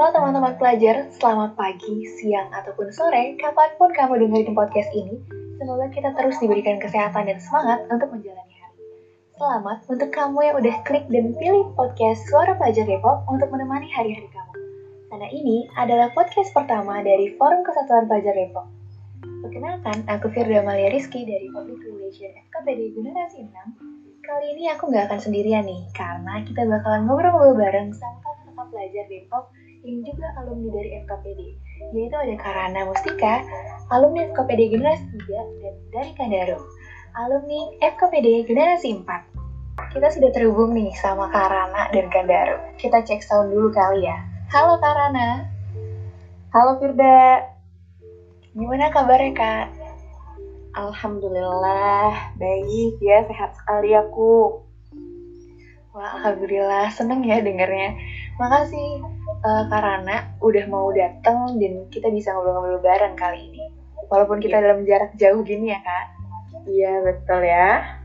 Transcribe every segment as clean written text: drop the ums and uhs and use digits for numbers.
Halo teman-teman pelajar, selamat pagi, siang, ataupun sore, kapanpun kamu dengerin podcast ini. Semoga kita terus diberikan kesehatan dan semangat untuk menjalani hari. Selamat untuk kamu yang udah klik dan pilih podcast Suara Pelajar Depok untuk menemani hari-hari kamu. Karena ini adalah podcast pertama dari Forum Kesatuan Pelajar Depok. Perkenalkan, aku Firda Malia Rizky dari Public Relation FKPD Generasi 6. Kali ini aku nggak akan sendirian nih, karena kita bakalan ngobrol-ngobrol bareng sama kakak-kakak pelajar Depok yang juga alumni dari FKPD, yaitu ada Karana Mustika, alumni FKPD Generasi 3, dan dari Kandaru, alumni FKPD Generasi 4. Kita sudah terhubung nih sama Karana dan Kandaru. Kita cek sound dulu kali ya. Halo Karana. Halo Firda. Gimana kabarnya Kak? Alhamdulillah, baik ya, sehat sekali aku. Wah, alhamdulillah, seneng ya dengernya. Makasih Karana udah mau datang dan kita bisa ngobrol-ngobrol bareng kali ini. Walaupun kita dalam jarak jauh gini ya Kak. Iya, betul ya.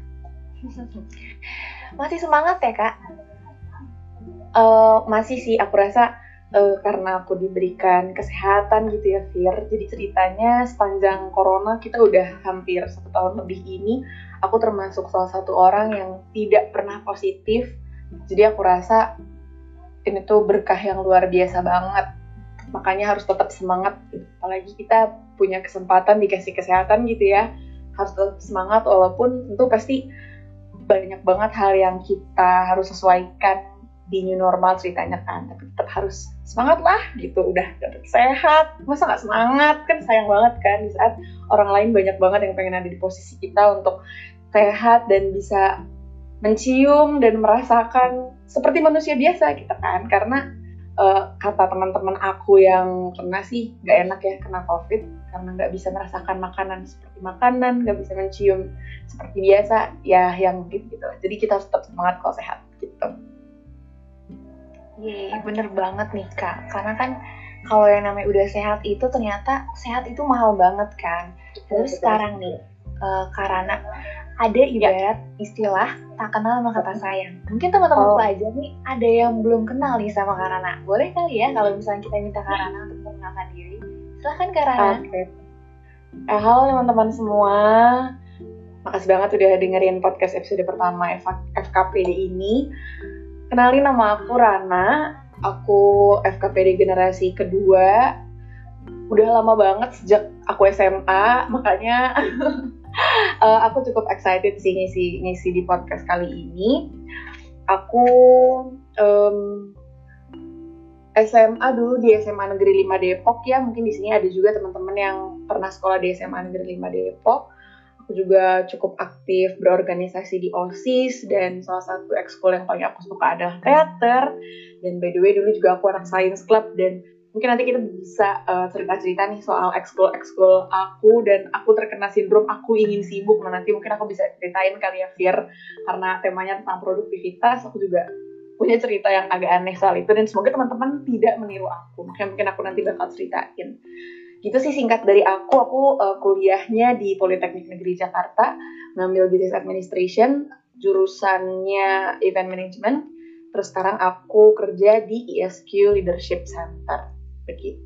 Masih semangat ya Kak? Masih sih, aku rasa karena aku diberikan kesehatan gitu ya Fir. Jadi ceritanya sepanjang corona kita udah hampir 1 tahun lebih ini, aku termasuk salah satu orang yang tidak pernah positif. Jadi aku rasa ini tuh berkah yang luar biasa banget. Makanya harus tetap semangat gitu. Apalagi kita punya kesempatan dikasih kesehatan gitu ya. Harus tetap semangat walaupun itu pasti banyak banget hal yang kita harus sesuaikan di new normal ceritanya kan, tapi tetap harus semangat lah gitu. Udah dapet sehat, masa gak semangat? Kan sayang banget kan di saat orang lain banyak banget yang pengen ada di posisi kita untuk sehat dan bisa mencium dan merasakan seperti manusia biasa kita kan. Karena kata teman-teman aku yang kena sih gak enak ya kena COVID, karena gak bisa merasakan makanan seperti makanan, gak bisa mencium seperti biasa ya, yang gitu. Jadi kita harus tetap semangat kalau sehat gitu. Iya, bener banget nih Kak. Karena kan kalau yang namanya udah sehat itu ternyata sehat itu mahal banget kan. Terus sekarang nih, karena ada ibarat istilah tak kenal sama kata sayang. Mungkin teman-teman pelajar nih ada yang belum kenal nih sama Karana. Boleh kali ya kalau misalnya kita minta Karana untuk memperkenalkan diri. Silahkan Karana. Oke. Halo teman-teman semua. Makasih banget udah dengerin podcast episode pertama FKPD ini. Kenalin, nama aku Rana, aku FKPD generasi kedua, udah lama banget sejak aku SMA, makanya aku cukup excited sih ngisi di podcast kali ini. Aku SMA dulu di SMA Negeri 5 Depok ya, mungkin di sini ada juga teman-teman yang pernah sekolah di SMA Negeri 5 Depok. Aku juga cukup aktif berorganisasi di OSIS, dan salah satu ekskul yang paling aku suka adalah teater. Dan by the way dulu juga aku anak science club, dan mungkin nanti kita bisa cerita-cerita nih soal ekskul aku, dan aku terkena sindrom aku ingin sibuk. Nah nanti mungkin aku bisa ceritain kali ya Fir, karena temanya tentang produktivitas, aku juga punya cerita yang agak aneh soal itu, dan semoga teman-teman tidak meniru aku. Makanya mungkin aku nanti bakal ceritain. Gitu sih singkat dari aku kuliahnya di Politeknik Negeri Jakarta, ngambil Business Administration, jurusannya Event Management, terus sekarang aku kerja di ESQ Leadership Center, begitu.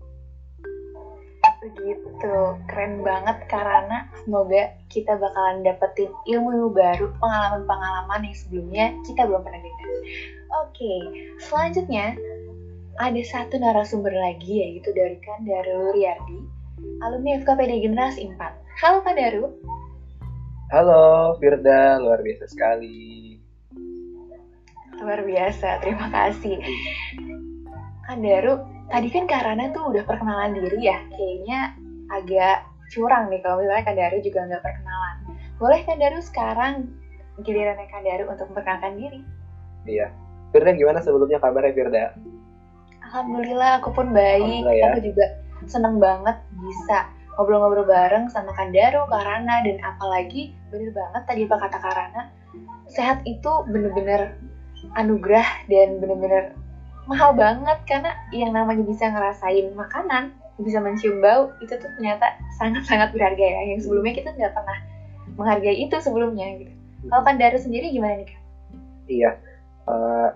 Keren banget Karana. Semoga kita bakalan dapetin ilmu baru, pengalaman-pengalaman yang sebelumnya kita belum pernah dengar. Oke, selanjutnya ada satu narasumber lagi, yaitu dari Kandaru Riyardi, alumni FKPD Generasi 4. Halo Kandaru. Halo Firda, luar biasa sekali. Luar biasa, terima kasih. Kandaru, tadi kan Karana tuh udah perkenalan diri ya, kayaknya agak curang nih kalau misalnya Kandaru juga nggak perkenalan. Boleh Kandaru sekarang gilirannya Kandaru untuk memperkenalkan diri. Iya, Firda gimana sebelumnya kabarnya Firda? Alhamdulillah, aku pun baik. Ya. Aku juga seneng banget bisa ngobrol-ngobrol bareng sama Kandaru, Karana, dan apalagi bener banget tadi apa kata Karana, sehat itu bener-bener anugerah dan bener-bener mahal banget, karena yang namanya bisa ngerasain makanan, bisa mencium bau, itu tuh ternyata sangat-sangat berharga ya, yang sebelumnya kita nggak pernah menghargai itu sebelumnya gitu. Kalau Kandaru sendiri gimana nih Kak? Iya,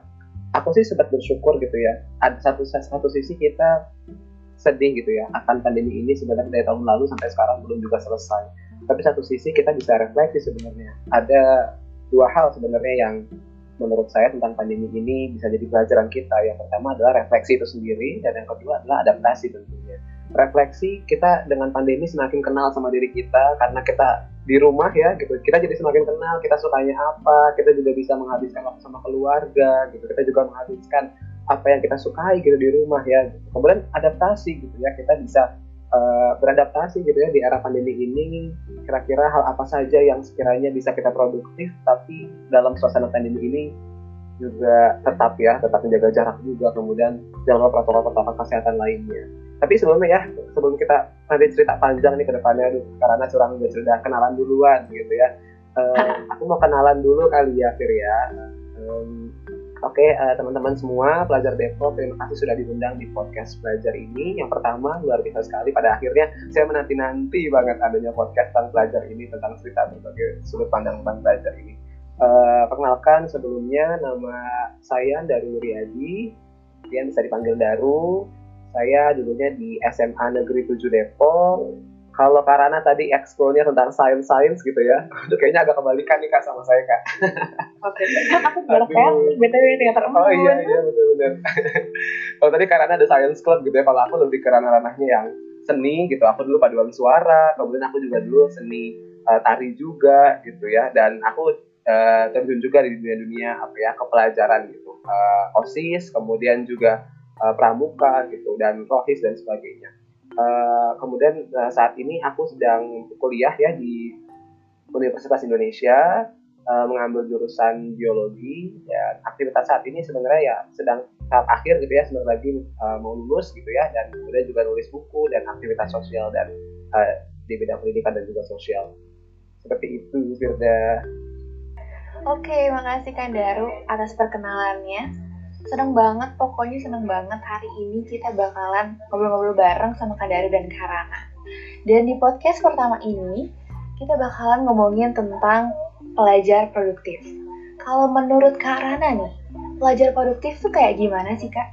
aku sih sempat bersyukur gitu ya. Ada satu sisi kita sedih gitu ya akan pandemi ini sebenarnya dari tahun lalu sampai sekarang belum juga selesai. Tapi satu sisi kita bisa refleksi sebenarnya. Ada dua hal sebenarnya yang menurut saya tentang pandemi ini bisa jadi pelajaran kita. Yang pertama adalah refleksi itu sendiri, dan yang kedua adalah adaptasi tentunya. Refleksi, kita dengan pandemi semakin kenal sama diri kita karena kita di rumah ya gitu. Kita jadi semakin kenal kita sukanya apa, kita juga bisa menghabiskan waktu sama keluarga gitu. Kita juga menghabiskan apa yang kita sukai gitu di rumah ya. Kemudian adaptasi gitu ya, kita bisa beradaptasi gitu ya di era pandemi ini. Kira-kira hal apa saja yang sekiranya bisa kita produktif tapi dalam suasana pandemi ini juga tetap menjaga jarak juga, kemudian jangan lupa protokol kesehatan lainnya. Tapi sebelumnya ya, sebelum kita nanti cerita panjang nih ke depannya, karena curang sudah kenalan duluan gitu ya. Aku mau kenalan dulu kali ya, Fir ya. Oke, teman-teman semua, pelajar Depok, terima kasih sudah diundang di podcast pelajar ini. Yang pertama, luar biasa sekali. Pada akhirnya, saya menanti-nanti banget adanya podcast tentang pelajar ini, tentang cerita berbagai sudut pandang tentang pelajar ini. Perkenalkan sebelumnya, nama saya Daru Riyadi. Kemudian bisa dipanggil Daru. Saya dulunya di SMA Negeri 7 Depok. Kalau Karana tadi ekskulnya tentang sains gitu ya. Kayaknya agak kebalikan nih Kak sama saya Kak. Oke, aku baru kan BTW teater embun. Oh iya benar-benar. Kalau tadi Karana ada science club gitu ya. Kalau aku lebih ke ranah-ranahnya yang seni gitu. Aku dulu paduan suara, kemudian aku juga dulu seni tari juga gitu ya. Dan aku terjun juga di dunia kepelajaran gitu. OSIS, kemudian juga pramuka gitu, dan rohis dan sebagainya. Kemudian saat ini aku sedang kuliah ya di Universitas Indonesia, mengambil jurusan biologi, dan aktivitas saat ini sebenarnya ya sedang tahap akhir gitu ya, sebentar lagi mau lulus gitu ya, dan kemudian juga nulis buku dan aktivitas sosial dan di bidang pendidikan dan juga sosial. Seperti itu, Firda. Oke, makasih Kak Daru atas perkenalannya. Pokoknya seneng banget hari ini kita bakalan ngobrol-ngobrol bareng sama Kak Daru dan Kak Rana. Dan di podcast pertama ini, kita bakalan ngomongin tentang pelajar produktif. Kalau menurut Kak Rana nih, pelajar produktif tuh kayak gimana sih Kak?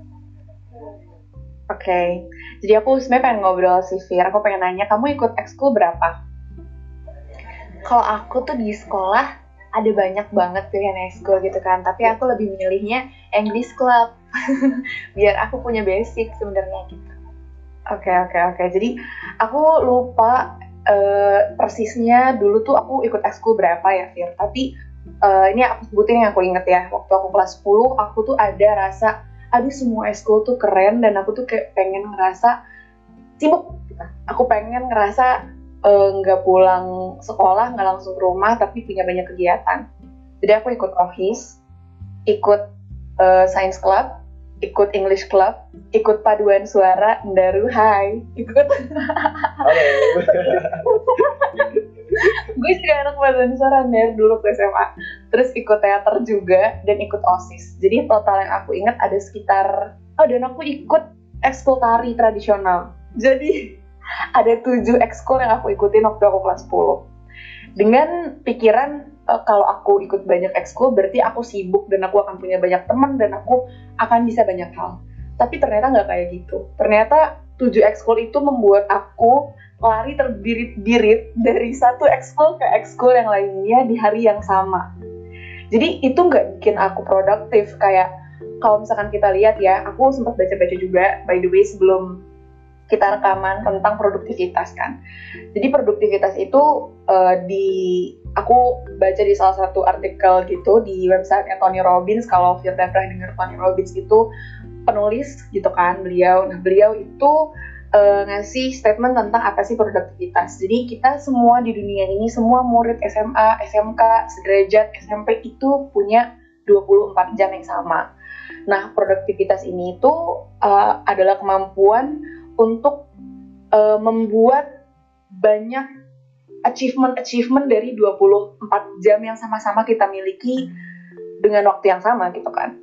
Oke, jadi aku sebenarnya pengen ngobrol sih Fir. Aku pengen nanya, kamu ikut ekskul berapa? Kalau aku tuh di sekolah ada banyak banget pilihan ekskul gitu kan, tapi aku lebih milihnya English Club biar aku punya basic sebenarnya gitu. Oke. Jadi aku lupa persisnya dulu tuh aku ikut ekskul berapa ya Fir. Tapi ini aku sebutin yang aku inget ya. Waktu aku kelas 10 aku tuh ada rasa, aduh semua ekskul tuh keren, dan aku tuh kayak pengen ngerasa sibuk. Aku pengen ngerasa nggak pulang sekolah, nggak langsung ke rumah, tapi punya banyak kegiatan. Jadi aku ikut OHIS, ikut Science Club, ikut English Club, ikut paduan suara, Daru, hai, ikut. Halo. Gue juga anak paduan suara dari dulu ke SMA. Terus ikut teater juga, dan ikut OSIS. Jadi total yang aku ingat ada sekitar, dan aku ikut ekskul tari tradisional. Jadi ada 7 ekskul yang aku ikutin waktu aku kelas 10. Dengan pikiran kalau aku ikut banyak ekskul berarti aku sibuk dan aku akan punya banyak teman dan aku akan bisa banyak hal. Tapi ternyata nggak kayak gitu. Ternyata 7 ekskul itu membuat aku lari terbirit-birit dari satu ekskul ke ekskul yang lainnya di hari yang sama. Jadi itu nggak bikin aku produktif. Kayak kalau misalkan kita lihat ya, aku sempat baca-baca juga, by the way, sebelum kita rekaman tentang produktivitas kan. Jadi produktivitas itu aku baca di salah satu artikel gitu di website Tony Robbins. Kalau Firda pernah dengar Tony Robbins itu penulis gitu kan beliau. Nah beliau itu ngasih statement tentang apa sih produktivitas. Jadi kita semua di dunia ini, semua murid SMA, SMK, sederajat, SMP itu punya 24 jam yang sama. Nah produktivitas ini itu adalah kemampuan untuk membuat banyak achievement dari 24 jam yang sama-sama kita miliki dengan waktu yang sama gitu kan.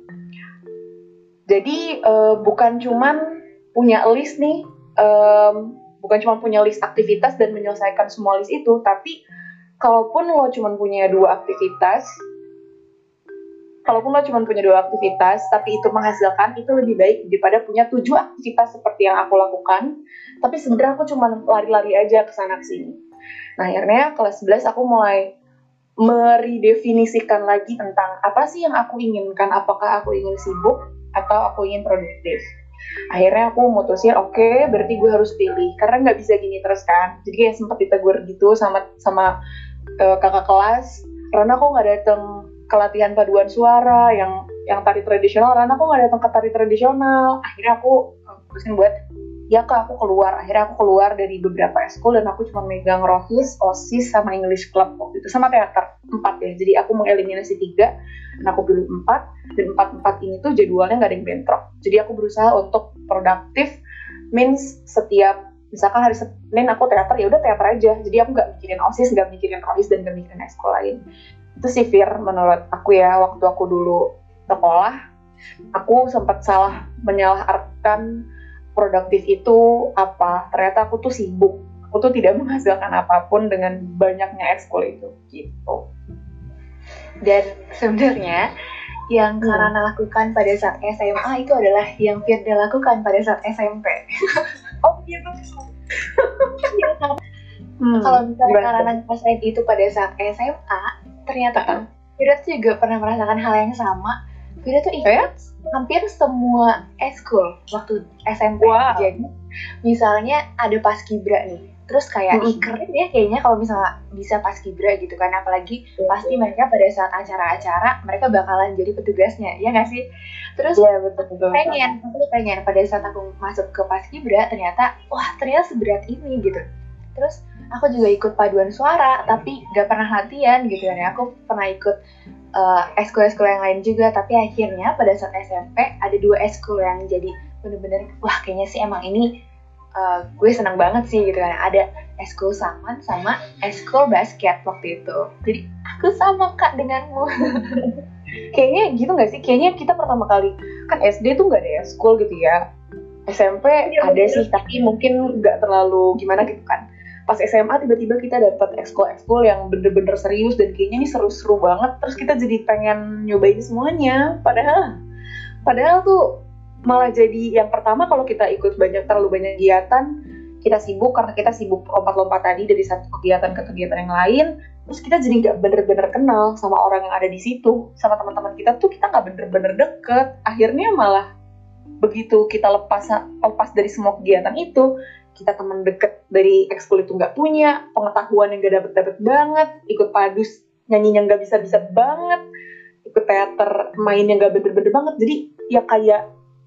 Jadi bukan cuman punya list nih, bukan cuma punya list aktivitas dan menyelesaikan semua list itu, tapi kalaupun lo cuma punya 2 aktivitas, kalaupun lo cuma punya 2 aktivitas tapi itu menghasilkan, itu lebih baik daripada punya 7 aktivitas seperti yang aku lakukan tapi sebenarnya aku cuma lari-lari aja ke sana sini. Nah akhirnya kelas 11 aku mulai meredefinisikan lagi tentang apa sih yang aku inginkan, apakah aku ingin sibuk atau aku ingin produktif. Akhirnya aku mutusin oke, berarti gue harus pilih karena nggak bisa gini terus kan. Jadi kayak sempat ditegur gitu sama kakak kelas, karena aku nggak datang ke latihan paduan suara yang tari tradisional, karena aku nggak datang ke tari tradisional. Akhirnya aku putusin buat ya kak, aku keluar. Akhirnya aku keluar dari beberapa eskul dan aku cuma megang rohis, osis, sama English club waktu itu, sama teater 4 ya. Jadi aku mengeliminasi 3 dan aku pilih 4, dan 4 ini tuh jadwalnya nggak ada yang bentrok. Jadi aku berusaha untuk produktif, means setiap misalkan hari Senin aku teater, ya udah teater aja. Jadi aku nggak mikirin osis, nggak mikirin rohis, dan nggak mikirin eskul lain. Itu sih Fir, menurut aku ya, waktu aku dulu sekolah aku sempat salah menyalahartikan produktif itu apa. Ternyata aku tuh sibuk, aku tuh tidak menghasilkan apapun dengan banyaknya ekskul itu gitu. Dan sebenarnya yang Karana lakukan pada saat SMA itu adalah yang Firda lakukan pada saat SMP. Oh gitu. Kalau misalnya Karana ngerasain itu pada saat SMA, ternyata Firda tuh juga pernah merasakan hal yang sama. Firda tuh ikut hampir semua eskul waktu SMP. Wow. Jadi misalnya ada paskibra nih, terus kayak keren ya kayaknya kalau misalnya bisa paskibra gitu kan, apalagi pasti mereka pada saat acara-acara mereka bakalan jadi petugasnya, ya nggak sih? Terus betul. aku pengen pada saat aku masuk ke paskibra ternyata seberat ini gitu. Terus aku juga ikut paduan suara tapi gak pernah latihan gitu kan ya. Aku pernah ikut eskul-eskul yang lain juga, tapi akhirnya pada saat SMP ada 2 eskul yang jadi bener-bener wah kayaknya sih emang ini gue senang banget sih gitu kan. Ada eskul saman sama eskul basket waktu itu. Jadi aku sama kak denganmu. Kayaknya gitu nggak sih? Kayaknya kita pertama kali kan SD tuh nggak ada eskul gitu ya. SMP ada sih, tapi mungkin nggak terlalu gimana gitu kan. Pas SMA tiba-tiba kita dapat ekskul yang bener-bener serius dan kayaknya ini seru-seru banget. Terus kita jadi pengen nyobain semuanya. Padahal tuh malah jadi yang pertama kalau kita ikut terlalu banyak kegiatan, kita sibuk karena kita sibuk lompat-lompat tadi dari satu kegiatan ke kegiatan yang lain. Terus kita jadi nggak bener-bener kenal sama orang yang ada di situ, sama teman-teman kita tuh kita nggak bener-bener deket. Akhirnya malah begitu kita lepas dari semua kegiatan itu, kita teman deket dari ekskul itu nggak punya, pengetahuan yang nggak dapet banget, ikut padus nyanyinya nggak bisa banget, ikut teater mainnya nggak bener-bener banget. Jadi ya kayak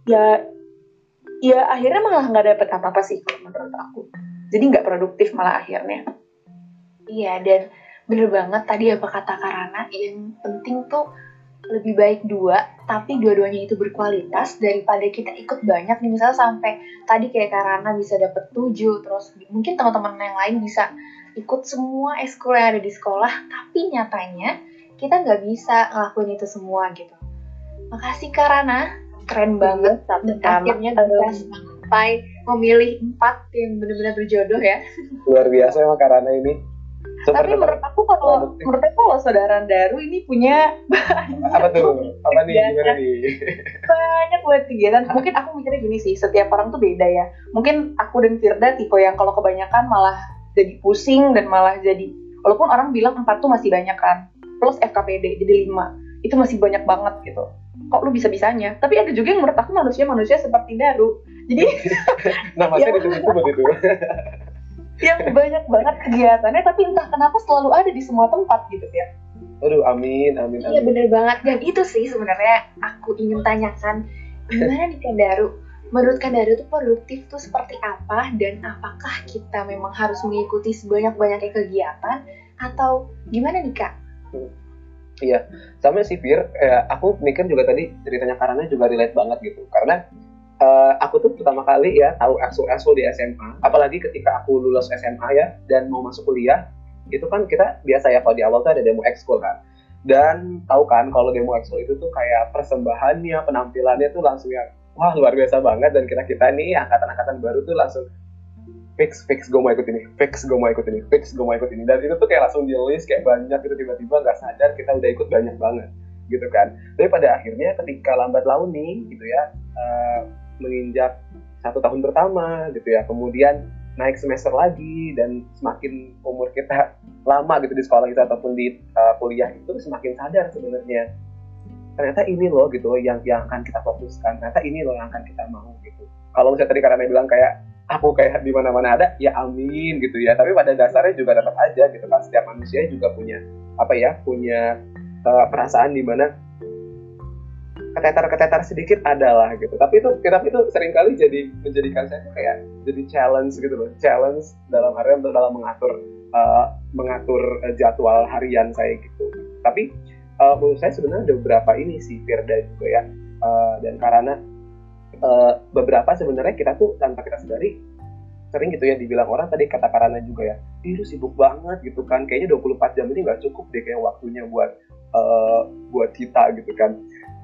ya akhirnya malah nggak dapet apa-apa sih menurut aku. Jadi nggak produktif malah akhirnya. Iya, dan bener banget tadi apa kata Karana, yang penting tuh lebih baik 2, tapi dua-duanya itu berkualitas daripada kita ikut banyak nih, misalnya sampai tadi kayak Karana bisa dapet 7, terus mungkin teman-teman yang lain bisa ikut semua eskul yang ada di sekolah, tapi nyatanya kita nggak bisa ngelakuin itu semua gitu. Makasih Karana, keren banget, dan akhirnya bisa sampai memilih 4 yang benar-benar berjodoh ya. Luar biasa emang Karana ini. Tapi menurut aku kalau saudara Daru ini punya apa tuh? Apa nih? Gimana nih? Banyak buat kegiatan. Mungkin aku mikirnya gini sih, setiap orang tuh beda ya. Mungkin aku dan Firda tipe yang kalau kebanyakan malah jadi pusing dan malah jadi, walaupun orang bilang 4 tuh masih banyak kan, plus FKPD jadi 5, itu masih banyak banget gitu. Kok lu bisa-bisanya? Tapi ada juga yang menurut aku manusia seperti Daru. Jadi namanya disebut itu. Yang banyak banget kegiatannya, tapi entah kenapa selalu ada di semua tempat gitu ya. Aduh, amin. Iya bener banget, dan itu sih sebenarnya aku ingin tanyakan, gimana nih Kak Daru? Menurut Kak Daru tuh produktif tuh seperti apa, dan apakah kita memang harus mengikuti sebanyak-banyaknya kegiatan, atau gimana nih Kak? Iya, sama sih Fir, aku mikir juga tadi ceritanya Karana juga relate banget gitu, karena aku tuh pertama kali ya tahu ekskul di SMA, apalagi ketika aku lulus SMA ya dan mau masuk kuliah, itu kan kita biasa ya kalau di awal tuh ada demo ekskul kan, dan tahu kan kalau demo ekskul itu tuh kayak persembahannya, penampilannya tuh langsung yang wah luar biasa banget, dan kita nih angkatan baru tuh langsung fix gue mau ikut ini, fix gue mau ikut ini, dan itu tuh kayak langsung di list kayak banyak gitu, tiba-tiba nggak sadar kita udah ikut banyak banget. gitu kan. Tapi pada akhirnya ketika lambat laun nih gitu ya, menginjak 1 tahun pertama gitu ya, kemudian naik semester lagi dan semakin umur kita lama gitu di sekolah kita ataupun di kuliah itu, semakin sadar sebenarnya ternyata ini loh gitu loh yang akan kita fokuskan, ternyata ini loh yang akan kita mau gitu. Kalau misalnya tadi karena bilang kayak aku kayak di mana-mana ada, ya amin gitu ya, tapi pada dasarnya juga tetap aja gitu kan, setiap manusia juga punya punya perasaan di mana keteter sedikit adalah gitu. Tapi itu seringkali jadi menjadikan saya kayak jadi challenge gitu loh, challenge dalam artian untuk dalam mengatur jadwal harian saya gitu. Tapi menurut saya sebenarnya ada beberapa ini sih Firda juga ya, dan karena beberapa sebenarnya kita tuh tanpa kita sadari sering gitu ya dibilang orang, tadi kata Karana juga ya, lu sibuk banget gitu kan, kayaknya 24 jam ini nggak cukup deh kayak waktunya buat kita gitu kan.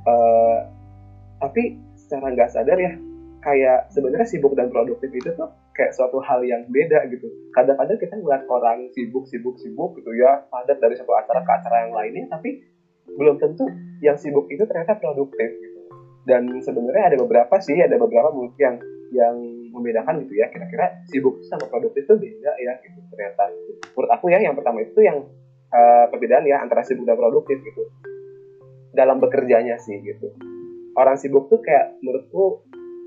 Tapi secara nggak sadar ya, kayak sebenarnya sibuk dan produktif itu tuh kayak suatu hal yang beda gitu. Kadang-kadang kita ngeliat orang sibuk gitu ya, padat dari satu acara ke acara yang lainnya, tapi belum tentu yang sibuk itu ternyata produktif gitu. Dan sebenarnya ada beberapa menurut yang membedakan gitu ya, kira-kira sibuk sama produktif itu beda ya gitu ternyata. Menurut aku ya, yang pertama itu yang perbedaan ya antara sibuk dan produktif gitu dalam bekerjanya sih gitu. Orang sibuk tuh kayak menurutku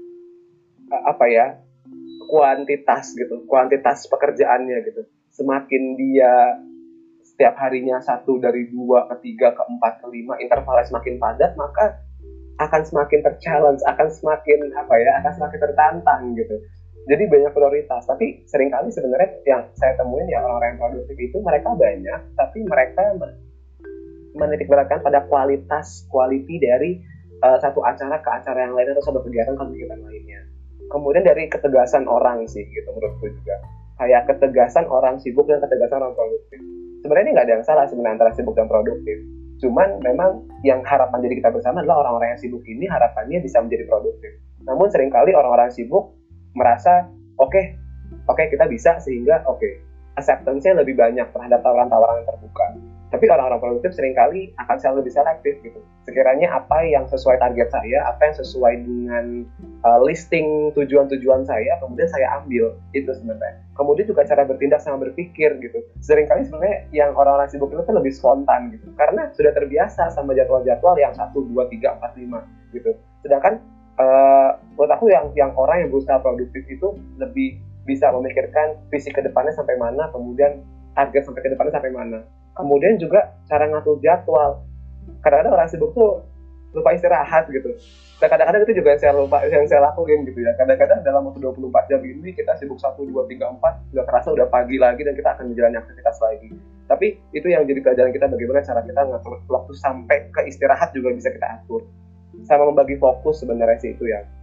kuantitas pekerjaannya gitu. Semakin dia setiap harinya 1 dari 2 ke 3 ke 4 ke 5 intervalnya semakin padat, maka akan semakin terchallenge, akan semakin tertantang gitu. Jadi banyak prioritas, tapi seringkali sebenarnya yang saya temuin ya, orang-orang yang produktif itu mereka banyak, tapi mereka menitikberatkan pada quality dari satu acara ke acara yang lain atau satu kegiatan ke kegiatan lainnya. Kemudian dari ketegasan orang sih gitu menurutku juga, kayak ketegasan orang sibuk dan ketegasan orang produktif. Sebenarnya nggak ada yang salah sebenarnya antara sibuk dan produktif. Cuman memang yang harapan diri kita bersama adalah orang-orang yang sibuk ini harapannya bisa menjadi produktif. Namun seringkali orang-orang sibuk merasa oke, kita bisa, sehingga acceptance-nya lebih banyak terhadap tawaran-tawaran yang terbuka. Tapi orang-orang produktif seringkali akan selalu lebih selektif gitu. Sekiranya apa yang sesuai target saya, apa yang sesuai dengan listing tujuan-tujuan saya, kemudian saya ambil itu sebenarnya. Kemudian juga cara bertindak sama berpikir gitu. Seringkali sebenarnya yang orang-orang sibuk itu lebih spontan gitu, karena sudah terbiasa sama jadwal-jadwal yang 1, 2, 3, 4, 5 gitu. Sedangkan menurut aku yang orang yang berusaha produktif itu lebih bisa memikirkan visi ke depannya sampai mana, kemudian target sampai ke depannya sampai mana. Kemudian juga cara ngatur jadwal. Kadang-kadang orang sibuk tuh lupa istirahat gitu. Dan kadang-kadang itu juga yang saya lakuin gitu ya. Kadang-kadang dalam waktu 24 jam ini kita sibuk 1, 2, 3, 4, nggak kerasa udah pagi lagi dan kita akan menjalani aktivitas lagi. Tapi itu yang jadi pelajaran kita, bagaimana cara kita ngatur waktu sampai ke istirahat juga bisa kita atur. Sama membagi fokus sebenarnya sih itu yang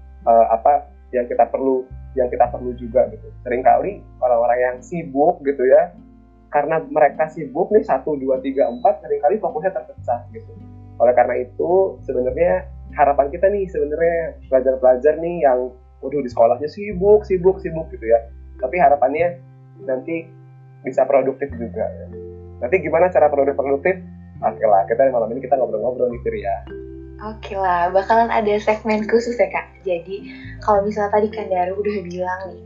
yang kita perlu juga gitu. Seringkali orang-orang yang sibuk gitu ya, karena mereka sibuk nih 1, 2, 3, 4, seringkali fokusnya terpecah gitu. Oleh karena itu sebenarnya harapan kita nih sebenarnya pelajar-pelajar nih yang di sekolahnya sibuk gitu ya, tapi harapannya nanti bisa produktif juga ya. Nanti gimana cara produktif? Oke lah, kita malam ini kita ngobrol-ngobrol nih Fir ya. Oke lah, bakalan ada segmen khusus ya Kak. Jadi kalau misalnya tadi Kak Daru udah bilang nih,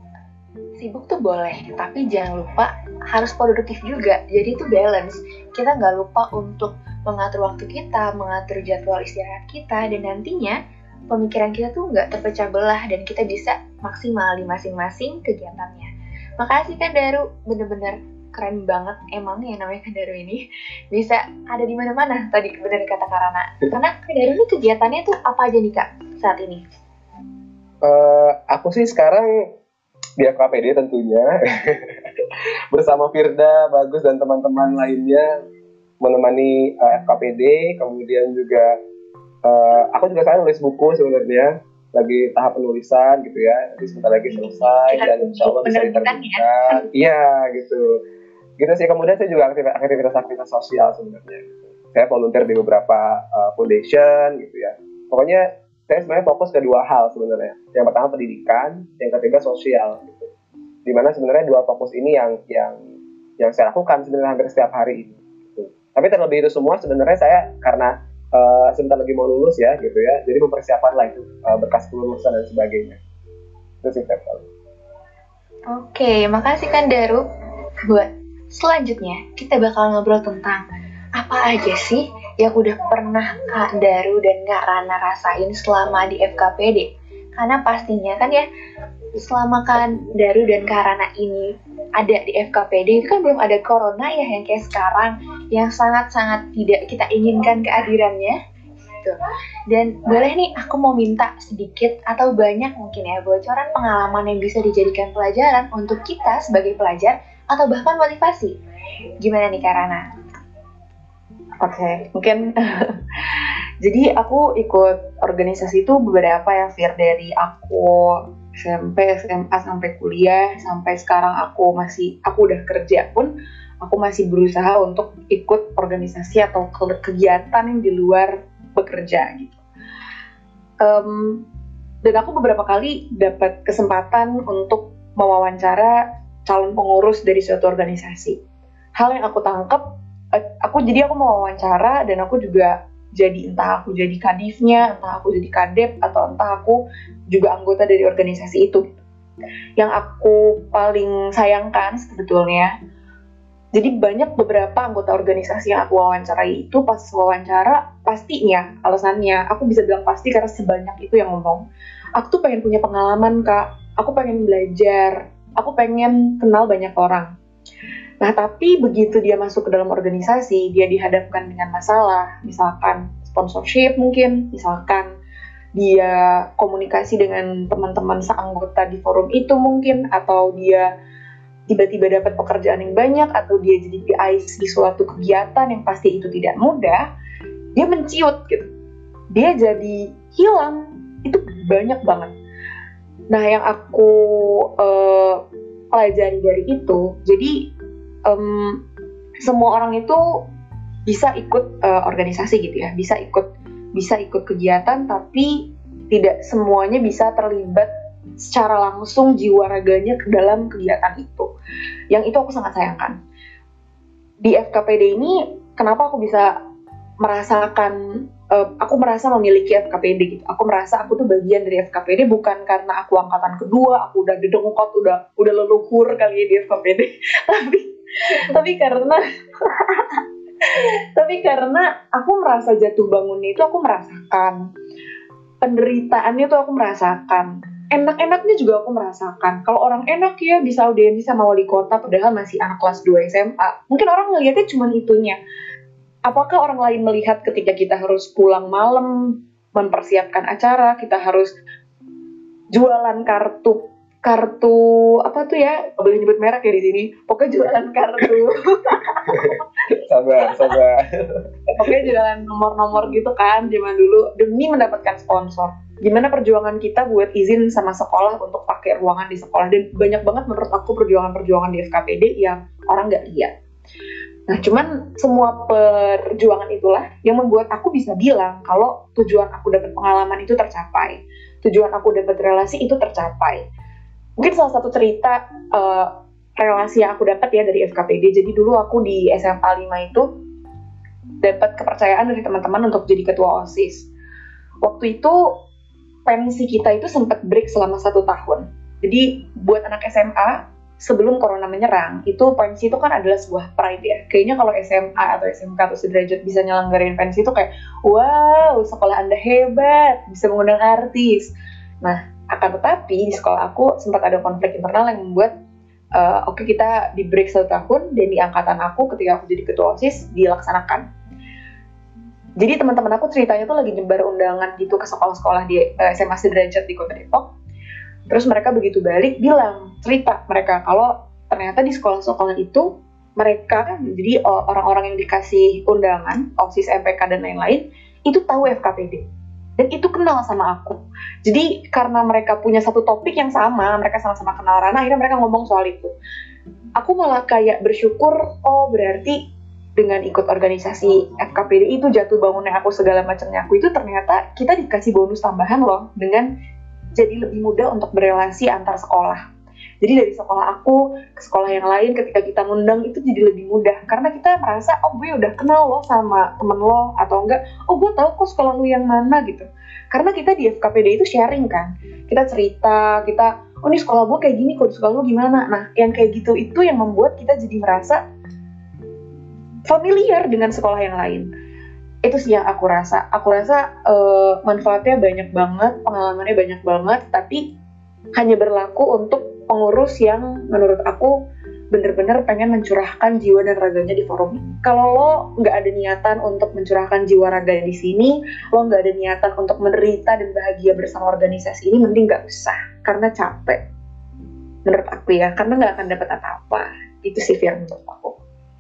sibuk tuh boleh, tapi jangan lupa harus produktif juga. Jadi itu balance. Kita nggak lupa untuk mengatur waktu kita, mengatur jadwal istirahat kita, dan nantinya pemikiran kita tuh nggak terpecah belah dan kita bisa maksimal di masing-masing kegiatannya. Makasih Kak Daru, bener-bener keren banget emang yang namanya Kak Daru ini. Bisa ada di mana-mana tadi bener kata Karana. Karena Kak Daru ini kegiatannya tuh apa aja nih Kak saat ini? Aku sih sekarang di FKPD tentunya bersama Firda, Bagus dan teman-teman lainnya menemani FKPD. Kemudian juga aku juga sekarang nulis buku sebenarnya, lagi tahap penulisan gitu ya, nanti sebentar lagi selesai dan insya Allah bisa diterbitkan. Iya gitu sih. Kemudian saya juga aktivitas sosial sebenarnya. Saya volunteer di beberapa foundation gitu ya. Pokoknya saya sebenarnya fokus ke 2 hal sebenarnya. Yang pertama pendidikan, yang ketiga sosial gitu. Dimana sebenarnya 2 fokus ini yang saya lakukan sebenarnya hampir setiap hari ini gitu. Tapi terlebih itu semua sebenarnya saya karena sebentar lagi mau lulus ya gitu ya, jadi mempersiapkan lah itu berkas kelulusan dan sebagainya. Itu sih Feb. Oke, makasih kan Daru. Buat selanjutnya, kita bakal ngobrol tentang apa aja sih yang udah pernah Kak Daru dan Kak Rana rasain selama di FKPD. Karena pastinya kan ya, selama Kak Daru dan Kak Rana ini ada di FKPD, itu kan belum ada corona ya yang kayak sekarang, yang sangat-sangat tidak kita inginkan kehadirannya. Dan boleh nih aku mau minta sedikit atau banyak mungkin ya bocoran pengalaman yang bisa dijadikan pelajaran untuk kita sebagai pelajar atau bahkan motivasi. Gimana nih Kak Rana? Oke, mungkin jadi aku ikut organisasi itu beberapa ya Fir, dari aku SMP, SMA sampai kuliah, sampai sekarang aku udah kerja pun aku masih berusaha untuk ikut organisasi atau kegiatan yang di luar bekerja gitu. Dan aku beberapa kali dapat kesempatan untuk mewawancara calon pengurus dari suatu organisasi. Hal yang aku tangkap, aku mau wawancara dan aku juga jadi, entah aku jadi kadifnya, entah aku jadi kadep, atau entah aku juga anggota dari organisasi itu. Yang aku paling sayangkan sebetulnya, jadi banyak beberapa anggota organisasi yang aku wawancarai itu pas wawancara, pastinya alasannya, aku bisa bilang pasti karena sebanyak itu yang ngomong, aku tuh pengen punya pengalaman Kak, aku pengen belajar, aku pengen kenal banyak orang. Nah, tapi begitu dia masuk ke dalam organisasi, dia dihadapkan dengan masalah, misalkan sponsorship mungkin, misalkan dia komunikasi dengan teman-teman seanggota di forum itu mungkin, atau dia tiba-tiba dapat pekerjaan yang banyak, atau dia jadi PI di suatu kegiatan yang pasti itu tidak mudah, dia menciut gitu. Dia jadi hilang, itu banyak banget. Nah, yang aku pelajari dari itu, jadi semua orang itu bisa ikut organisasi gitu ya, bisa ikut kegiatan, tapi tidak semuanya bisa terlibat secara langsung jiwa raganya ke dalam kegiatan itu. Yang itu aku sangat sayangkan. Di FKPD ini, kenapa aku bisa merasakan, aku merasa memiliki FKPD gitu. Aku merasa aku tuh bagian dari FKPD bukan karena aku angkatan kedua, aku udah dedengkot, udah leluhur kali ya di FKPD. tapi karena aku merasa jatuh bangunnya itu aku merasakan, penderitaannya tuh aku merasakan, enak-enaknya juga aku merasakan. Kalau orang enak ya bisa audiensi sama wali kota padahal masih anak kelas 2 SMA. Mungkin orang ngelihatnya cuma itunya. Apakah orang lain melihat ketika kita harus pulang malam mempersiapkan acara, kita harus jualan kartu apa tuh ya, nggak boleh nyebut merek ya di sini, pokoknya jualan kartu. sabar Pokoknya jualan nomor-nomor gitu kan zaman dulu demi mendapatkan sponsor. Gimana perjuangan kita buat izin sama sekolah untuk pakai ruangan di sekolah, dan banyak banget menurut aku perjuangan di FKPD yang orang nggak lihat. Nah, cuman semua perjuangan itulah yang membuat aku bisa bilang kalau tujuan aku dapat pengalaman itu tercapai, tujuan aku dapat relasi itu tercapai. Mungkin salah satu cerita relasi yang aku dapat ya dari FKPD. Jadi dulu aku di SMA 5 itu dapat kepercayaan dari teman-teman untuk jadi ketua OSIS. Waktu itu pensi kita itu sempat break selama 1 tahun. Jadi buat anak SMA sebelum corona menyerang, itu pensi itu kan adalah sebuah pride ya. Kayaknya kalau SMA atau SMK atau sederajat bisa nyelenggarain pensi itu kayak, wow, sekolah Anda hebat, bisa mengundang artis. Nah, akan tetapi di sekolah aku sempat ada konflik internal yang membuat oke, kita di break 1 tahun, dan di angkatan aku ketika aku jadi ketua OSIS dilaksanakan. Jadi teman-teman aku ceritanya tuh lagi nyebar undangan gitu ke sekolah-sekolah di SMA sederajat di Kota Depok. Terus mereka begitu balik cerita mereka kalau ternyata di sekolah-sekolah itu mereka, jadi orang-orang yang dikasih undangan OSIS, MPK dan lain-lain itu tahu FKPD. Dan itu kenal sama aku. Jadi karena mereka punya satu topik yang sama, mereka sama-sama kenal Rana, akhirnya mereka ngomong soal itu. Aku malah kayak bersyukur, oh berarti dengan ikut organisasi FKPD itu jatuh bangunnya aku segala macamnya aku itu ternyata kita dikasih bonus tambahan loh dengan jadi lebih mudah untuk berelasi antar sekolah. Jadi dari sekolah aku ke sekolah yang lain ketika kita ngundang itu jadi lebih mudah karena kita merasa oh gue udah kenal lo sama temen lo, atau enggak oh gue tahu kok sekolah lo yang mana gitu. Karena kita di FKPD itu sharing kan, kita cerita, kita oh ini sekolah gue kayak gini, kok di sekolah lo gimana. Nah yang kayak gitu itu yang membuat kita jadi merasa familiar dengan sekolah yang lain. Itu sih yang aku rasa manfaatnya banyak banget, pengalamannya banyak banget, tapi hanya berlaku untuk pengurus yang menurut aku bener-bener pengen mencurahkan jiwa dan raganya di forum ini. Kalau lo nggak ada niatan untuk mencurahkan jiwa raganya di sini, lo nggak ada niatan untuk menderita dan bahagia bersama organisasi ini, mending nggak usah, karena capek menurut aku ya, karena nggak akan dapat apa-apa. Itu sih Fir menurut aku.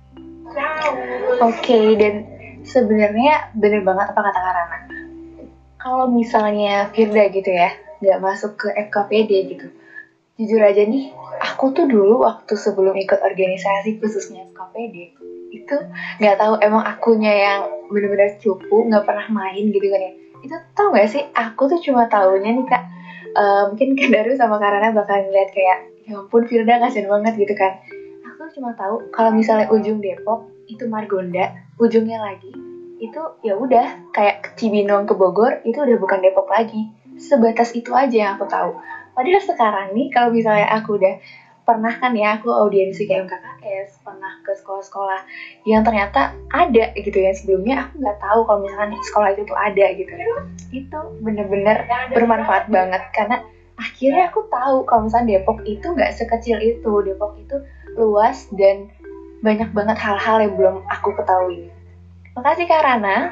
Oke, dan sebenarnya bener banget apa kata Karana. Kalau misalnya Firda gitu ya, nggak masuk ke FKPD gitu, jujur aja nih, aku tuh dulu waktu sebelum ikut organisasi khususnya FKPD, itu nggak tahu emang akunya yang bener-bener cupu, nggak pernah main gitu kan ya. Itu tau nggak sih, aku tuh cuma taunya nih Kak, mungkin Kak Daru sama Karana bakal ngeliat kayak, ya ampun Firda kasian banget gitu kan. Aku cuma tahu kalau misalnya ujung Depok itu Margonda, ujungnya lagi itu ya udah kayak Cibinong ke Bogor itu udah bukan Depok lagi. Sebatas itu aja yang aku tahu. Padahal sekarang nih kalau misalnya aku udah pernah kan ya aku audiensi ke MKKS, pernah ke sekolah-sekolah yang ternyata ada gitu ya, sebelumnya aku nggak tahu kalau misalnya sekolah itu tuh ada gitu. Itu bener-bener bermanfaat banget karena akhirnya aku tahu kalau misalnya Depok itu nggak sekecil itu. Depok itu luas dan banyak banget hal-hal yang belum aku ketahui. Makasih Kak Rana.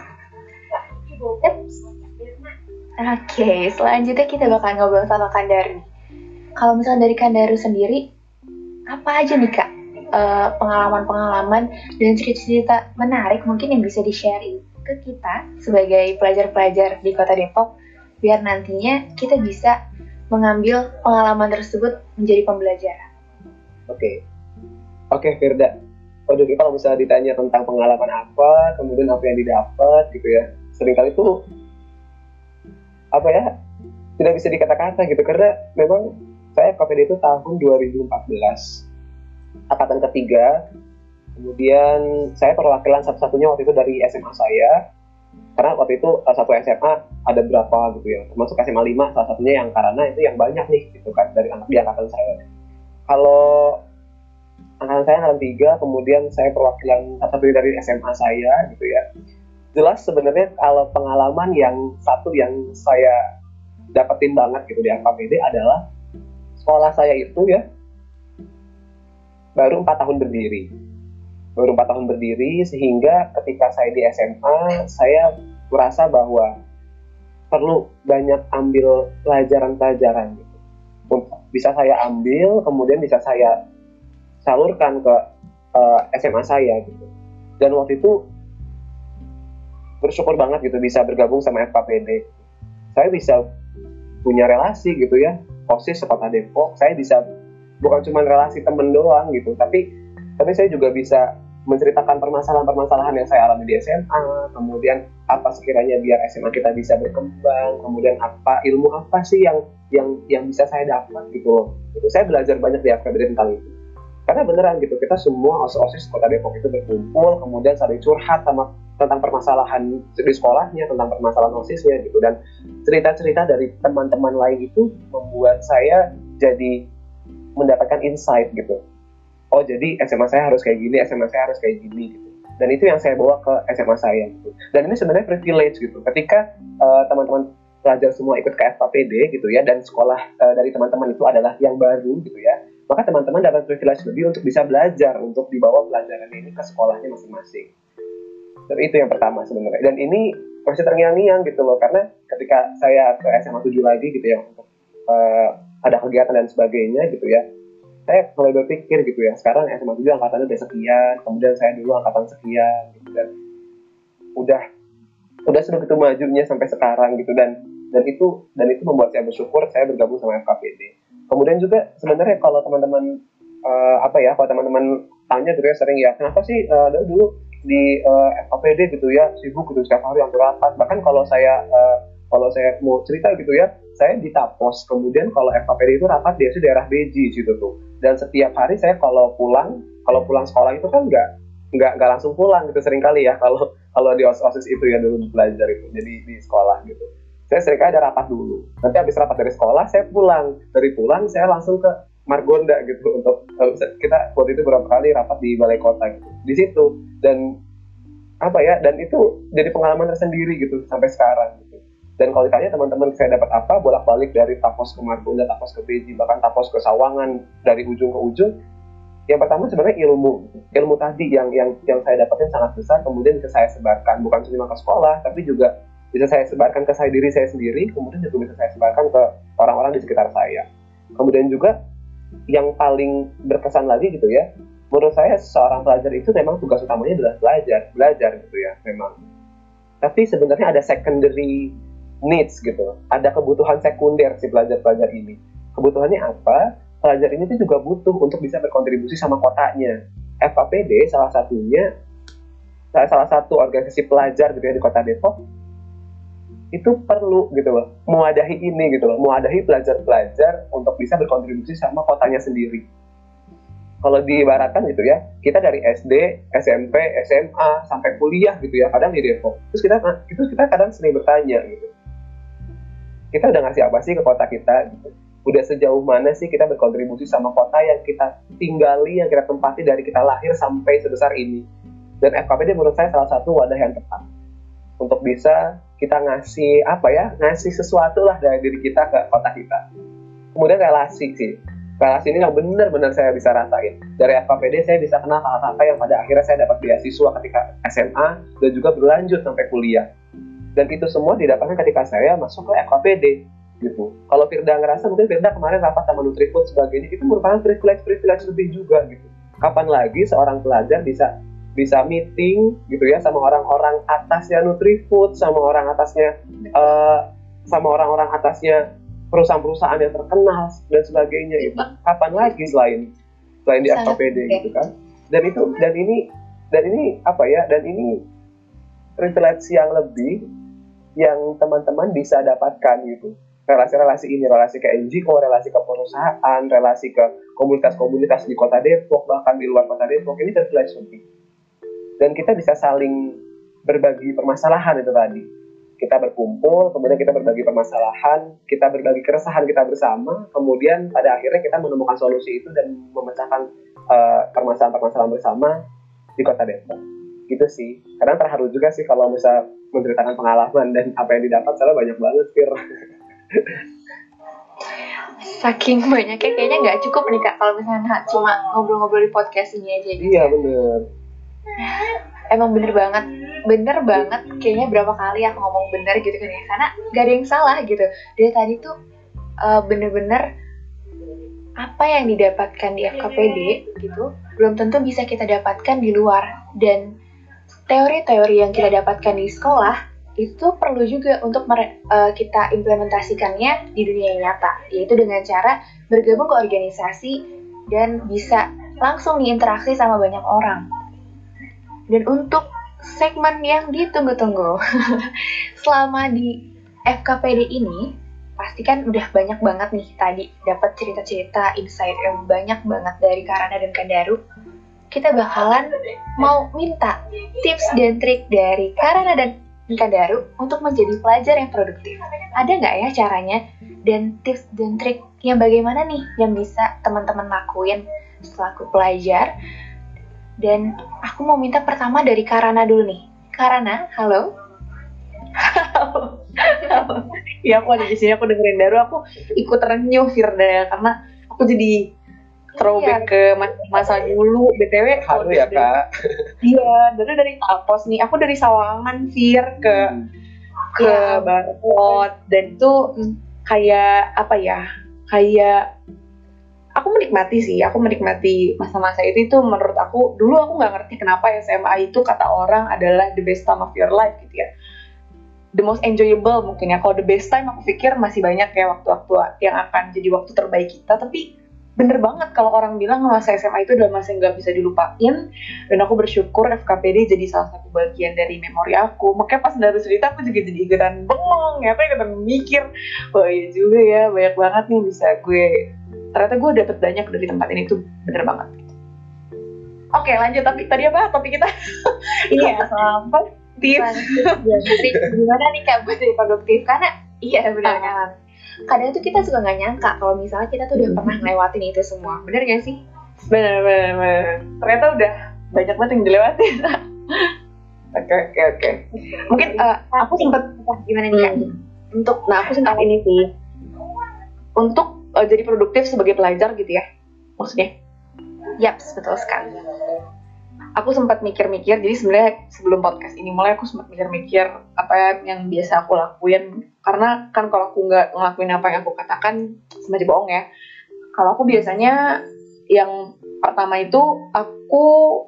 Oke, selanjutnya kita bakal ngobrol sama Kandaru. Kalau misalnya dari Kandaru sendiri, apa aja nih Kak pengalaman-pengalaman dan cerita-cerita menarik mungkin yang bisa di-sharing ke kita sebagai pelajar-pelajar di Kota Depok, biar nantinya kita bisa mengambil pengalaman tersebut menjadi pembelajaran. Oke Firda. Waduh, kalau misalnya ditanya tentang pengalaman apa, kemudian apa yang didapat gitu ya, seringkali tuh apa ya, tidak bisa dikata-kata gitu, karena memang saya FKPD itu tahun 2014, angkatan ketiga, kemudian saya perwakilan satu-satunya waktu itu dari SMA saya, karena waktu itu satu SMA ada berapa gitu ya, termasuk SMA 5, salah satunya yang karena itu yang banyak nih gitu kan, dari di angkatan saya. Kalau angkatan saya angkatan 3, kemudian saya perwakilan satu-satunya dari SMA saya gitu ya. Jelas sebenarnya kalau pengalaman yang satu yang saya dapetin banget gitu di FKPD adalah sekolah saya itu ya baru 4 tahun berdiri, sehingga ketika saya di SMA saya merasa bahwa perlu banyak ambil pelajaran-pelajaran gitu. Bisa saya ambil, kemudian bisa saya salurkan ke SMA saya gitu. Dan waktu itu bersyukur banget gitu bisa bergabung sama FKPD. Saya bisa punya relasi gitu ya, OSIS Kota Depok. Saya bisa bukan cuma relasi temen doang gitu, tapi saya juga bisa menceritakan permasalahan-permasalahan yang saya alami di SMA, kemudian apa sekiranya biar SMA kita bisa berkembang, kemudian apa ilmu apa sih yang bisa saya dapat gitu. Saya belajar banyak di FKPD tentang itu. Karena beneran gitu, kita semua OSIS Kota Depok itu berkumpul, kemudian saling curhat tentang permasalahan di sekolahnya, tentang permasalahan OSISnya gitu. Dan cerita-cerita dari teman-teman lain itu membuat saya jadi mendapatkan insight gitu. Oh jadi SMA saya harus kayak gini, SMA saya harus kayak gini gitu. Dan itu yang saya bawa ke SMA saya gitu. Dan ini sebenarnya privilege gitu. Ketika teman-teman pelajar semua ikut ke FKPD gitu ya, dan sekolah dari teman-teman itu adalah yang baru gitu ya, maka teman-teman dapat privilege lebih untuk bisa belajar, untuk dibawa pelajaran ini ke sekolahnya masing-masing. Dan itu yang pertama sebenarnya. Dan ini masih terngiang-ngiang gitu loh, karena ketika saya ke SMA 7 lagi gitu ya, untuk ada kegiatan dan sebagainya gitu ya, saya mulai berpikir gitu ya, sekarang SMA 7 angkatannya udah sekian, kemudian saya dulu angkatan sekian gitu, dan udah sebegitu majunya sampai sekarang gitu, dan itu membuat saya bersyukur saya bergabung sama FKPD. Kemudian juga sebenarnya kalau teman-teman kalau teman-teman tanya gitu ya sering ya, kenapa sih dulu di FKPD gitu ya, sibuk gitu setiap hari hampir rapat. Bahkan kalau saya mau cerita gitu ya, saya di Tapos, kemudian kalau FKPD itu rapat dia daerah Beji situ tuh. Dan setiap hari saya kalau pulang sekolah itu kan nggak langsung pulang gitu seringkali ya, kalau di OSIS itu ya dulu belajar itu, jadi di sekolah gitu. Saya seringkali ada rapat dulu. Nanti habis rapat dari sekolah saya pulang. Dari pulang saya langsung ke Margonda gitu untuk kita waktu itu beberapa kali rapat di balai kota gitu. Di situ dan dan itu jadi pengalaman tersendiri gitu sampai sekarang gitu. Dan kalau ditanya teman-teman saya dapat apa, bolak-balik dari Tapos ke Margonda, Tapos ke Beji, bahkan Tapos ke Sawangan, dari ujung ke ujung. Yang pertama sebenarnya ilmu tadi yang saya dapatkan sangat besar, kemudian bisa saya sebarkan bukan cuma ke sekolah, tapi juga bisa saya sebarkan ke diri saya sendiri, kemudian juga bisa saya sebarkan ke orang-orang di sekitar saya. Kemudian juga yang paling berkesan lagi gitu ya, menurut saya seorang pelajar itu memang tugas utamanya adalah belajar gitu ya memang. Tapi sebenarnya ada secondary needs gitu, ada kebutuhan sekunder si pelajar-pelajar ini. Kebutuhannya apa? Pelajar ini tuh juga butuh untuk bisa berkontribusi sama kotanya. FKPD salah satu organisasi pelajar gitu ya di Kota Depok itu perlu gitu loh, mewadahi ini gitu loh, mewadahi pelajar-pelajar untuk bisa berkontribusi sama kotanya sendiri. Kalau diibaratkan gitu ya, kita dari SD, SMP, SMA sampai kuliah gitu ya, kadang di Depok. Terus kita kadang sering bertanya gitu, kita udah ngasih apa sih ke kota kita gitu? Udah sejauh mana sih kita berkontribusi sama kota yang kita tinggali, yang kita tempati dari kita lahir sampai sebesar ini? Dan FKPD menurut saya salah satu wadah yang tepat untuk bisa kita ngasih sesuatu lah dari diri kita ke kota kita. Kemudian relasi ini yang benar-benar saya bisa rasain. Dari FKPD saya bisa kenal kakak-kakak yang pada akhirnya saya dapat beasiswa ketika SMA dan juga berlanjut sampai kuliah. Dan itu semua didapatkan ketika saya masuk ke FKPD gitu. Kalau Firda ngerasa mungkin Firda kemarin rapat sama Nutrifood sebagainya, itu merupakan privilege lebih juga gitu. Kapan lagi seorang pelajar bisa meeting gitu ya sama orang-orang atasnya Nutrifood, sama orang-orang atasnya perusahaan-perusahaan yang terkenal dan sebagainya itu. Kapan lagi selain di FKPD gitu kan. Dan ini privilege yang lebih yang teman-teman bisa dapatkan gitu. Relasi-relasi ini, relasi ke NGO, relasi ke perusahaan, relasi ke komunitas-komunitas di Kota Depok, bahkan di luar Kota Depok, ini privilege lebih. Dan kita bisa saling berbagi permasalahan itu tadi. Kita berkumpul, kemudian kita berbagi permasalahan, kita berbagi keresahan kita bersama, kemudian pada akhirnya kita menemukan solusi itu dan memecahkan permasalahan-permasalahan bersama di Kota Depok. Gitu sih. Kadang terharu juga sih kalau bisa menceritakan pengalaman dan apa yang didapat, soalnya banyak banget, Fir. Saking banyaknya kayaknya nggak cukup nih Kak kalau misalnya cuma ngobrol-ngobrol di podcast ini aja gitu. Iya bener. Emang bener banget kayaknya berapa kali aku ngomong bener gitu kan ya, karena gak ada yang salah gitu. Dari tadi tuh bener-bener apa yang didapatkan di FKPD gitu belum tentu bisa kita dapatkan di luar, dan teori-teori yang kita dapatkan di sekolah itu perlu juga untuk kita implementasikannya di dunia yang nyata, yaitu dengan cara bergabung ke organisasi dan bisa langsung diinteraksi sama banyak orang. Dan untuk segmen yang ditunggu-tunggu selama di FKPD ini, pasti kan udah banyak banget nih tadi dapat cerita-cerita insight yang banyak banget dari Karana dan Kandaru. Kita bakalan mau minta tips dan trik dari Karana dan Kandaru untuk menjadi pelajar yang produktif. Ada nggak ya caranya? Dan tips dan trik yang bagaimana nih yang bisa teman-teman lakuin selaku pelajar? Dan aku mau minta pertama dari Karana dulu nih. Karana, halo? Ya, aku ada di sini, aku dengerin Daru, aku ikut renyuh Firda karena aku jadi throwback ke masa dulu. BTW haru ya Kak. Iya, dari Tapos nih, aku dari Sawangan Fir ke Barot, dan itu kayak apa ya, kayak aku menikmati masa-masa itu menurut aku. Dulu aku nggak ngerti kenapa SMA itu kata orang adalah the best time of your life gitu ya, the most enjoyable mungkin ya. Kalau the best time aku pikir masih banyak ya waktu-waktu yang akan jadi waktu terbaik kita, tapi bener banget kalau orang bilang masa SMA itu adalah masa yang gak bisa dilupain, dan aku bersyukur FKPD jadi salah satu bagian dari memori aku. Makanya pas dari cerita aku juga jadi ikutan bengong, ya, aku ikutan mikir, oh iya juga ya, banyak banget nih bisa ternyata gue dapet banyak dari tempat ini tuh, bener banget. Oke, lanjut tadi apa topik kita? Iya, soal tips. Gimana nih Kak buat jadi produktif? Karena iya benar kan. Kadang tuh kita suka nggak nyangka kalau misalnya kita tuh udah pernah ngelewatin itu semua, bener gak sih? Bener. Ternyata udah banyak banget yang dilewatin. Oke. Mungkin aku sempat gimana nih Kak? Aku sempat ini sih untuk jadi produktif sebagai pelajar gitu ya, maksudnya. Yaps, betul sekali. Aku sempat mikir-mikir, jadi sebenarnya sebelum podcast ini mulai aku sempat mikir-mikir apa yang biasa aku lakuin, karena kan kalau aku nggak ngelakuin apa yang aku katakan sama aja bohong ya. Kalau aku biasanya yang pertama itu aku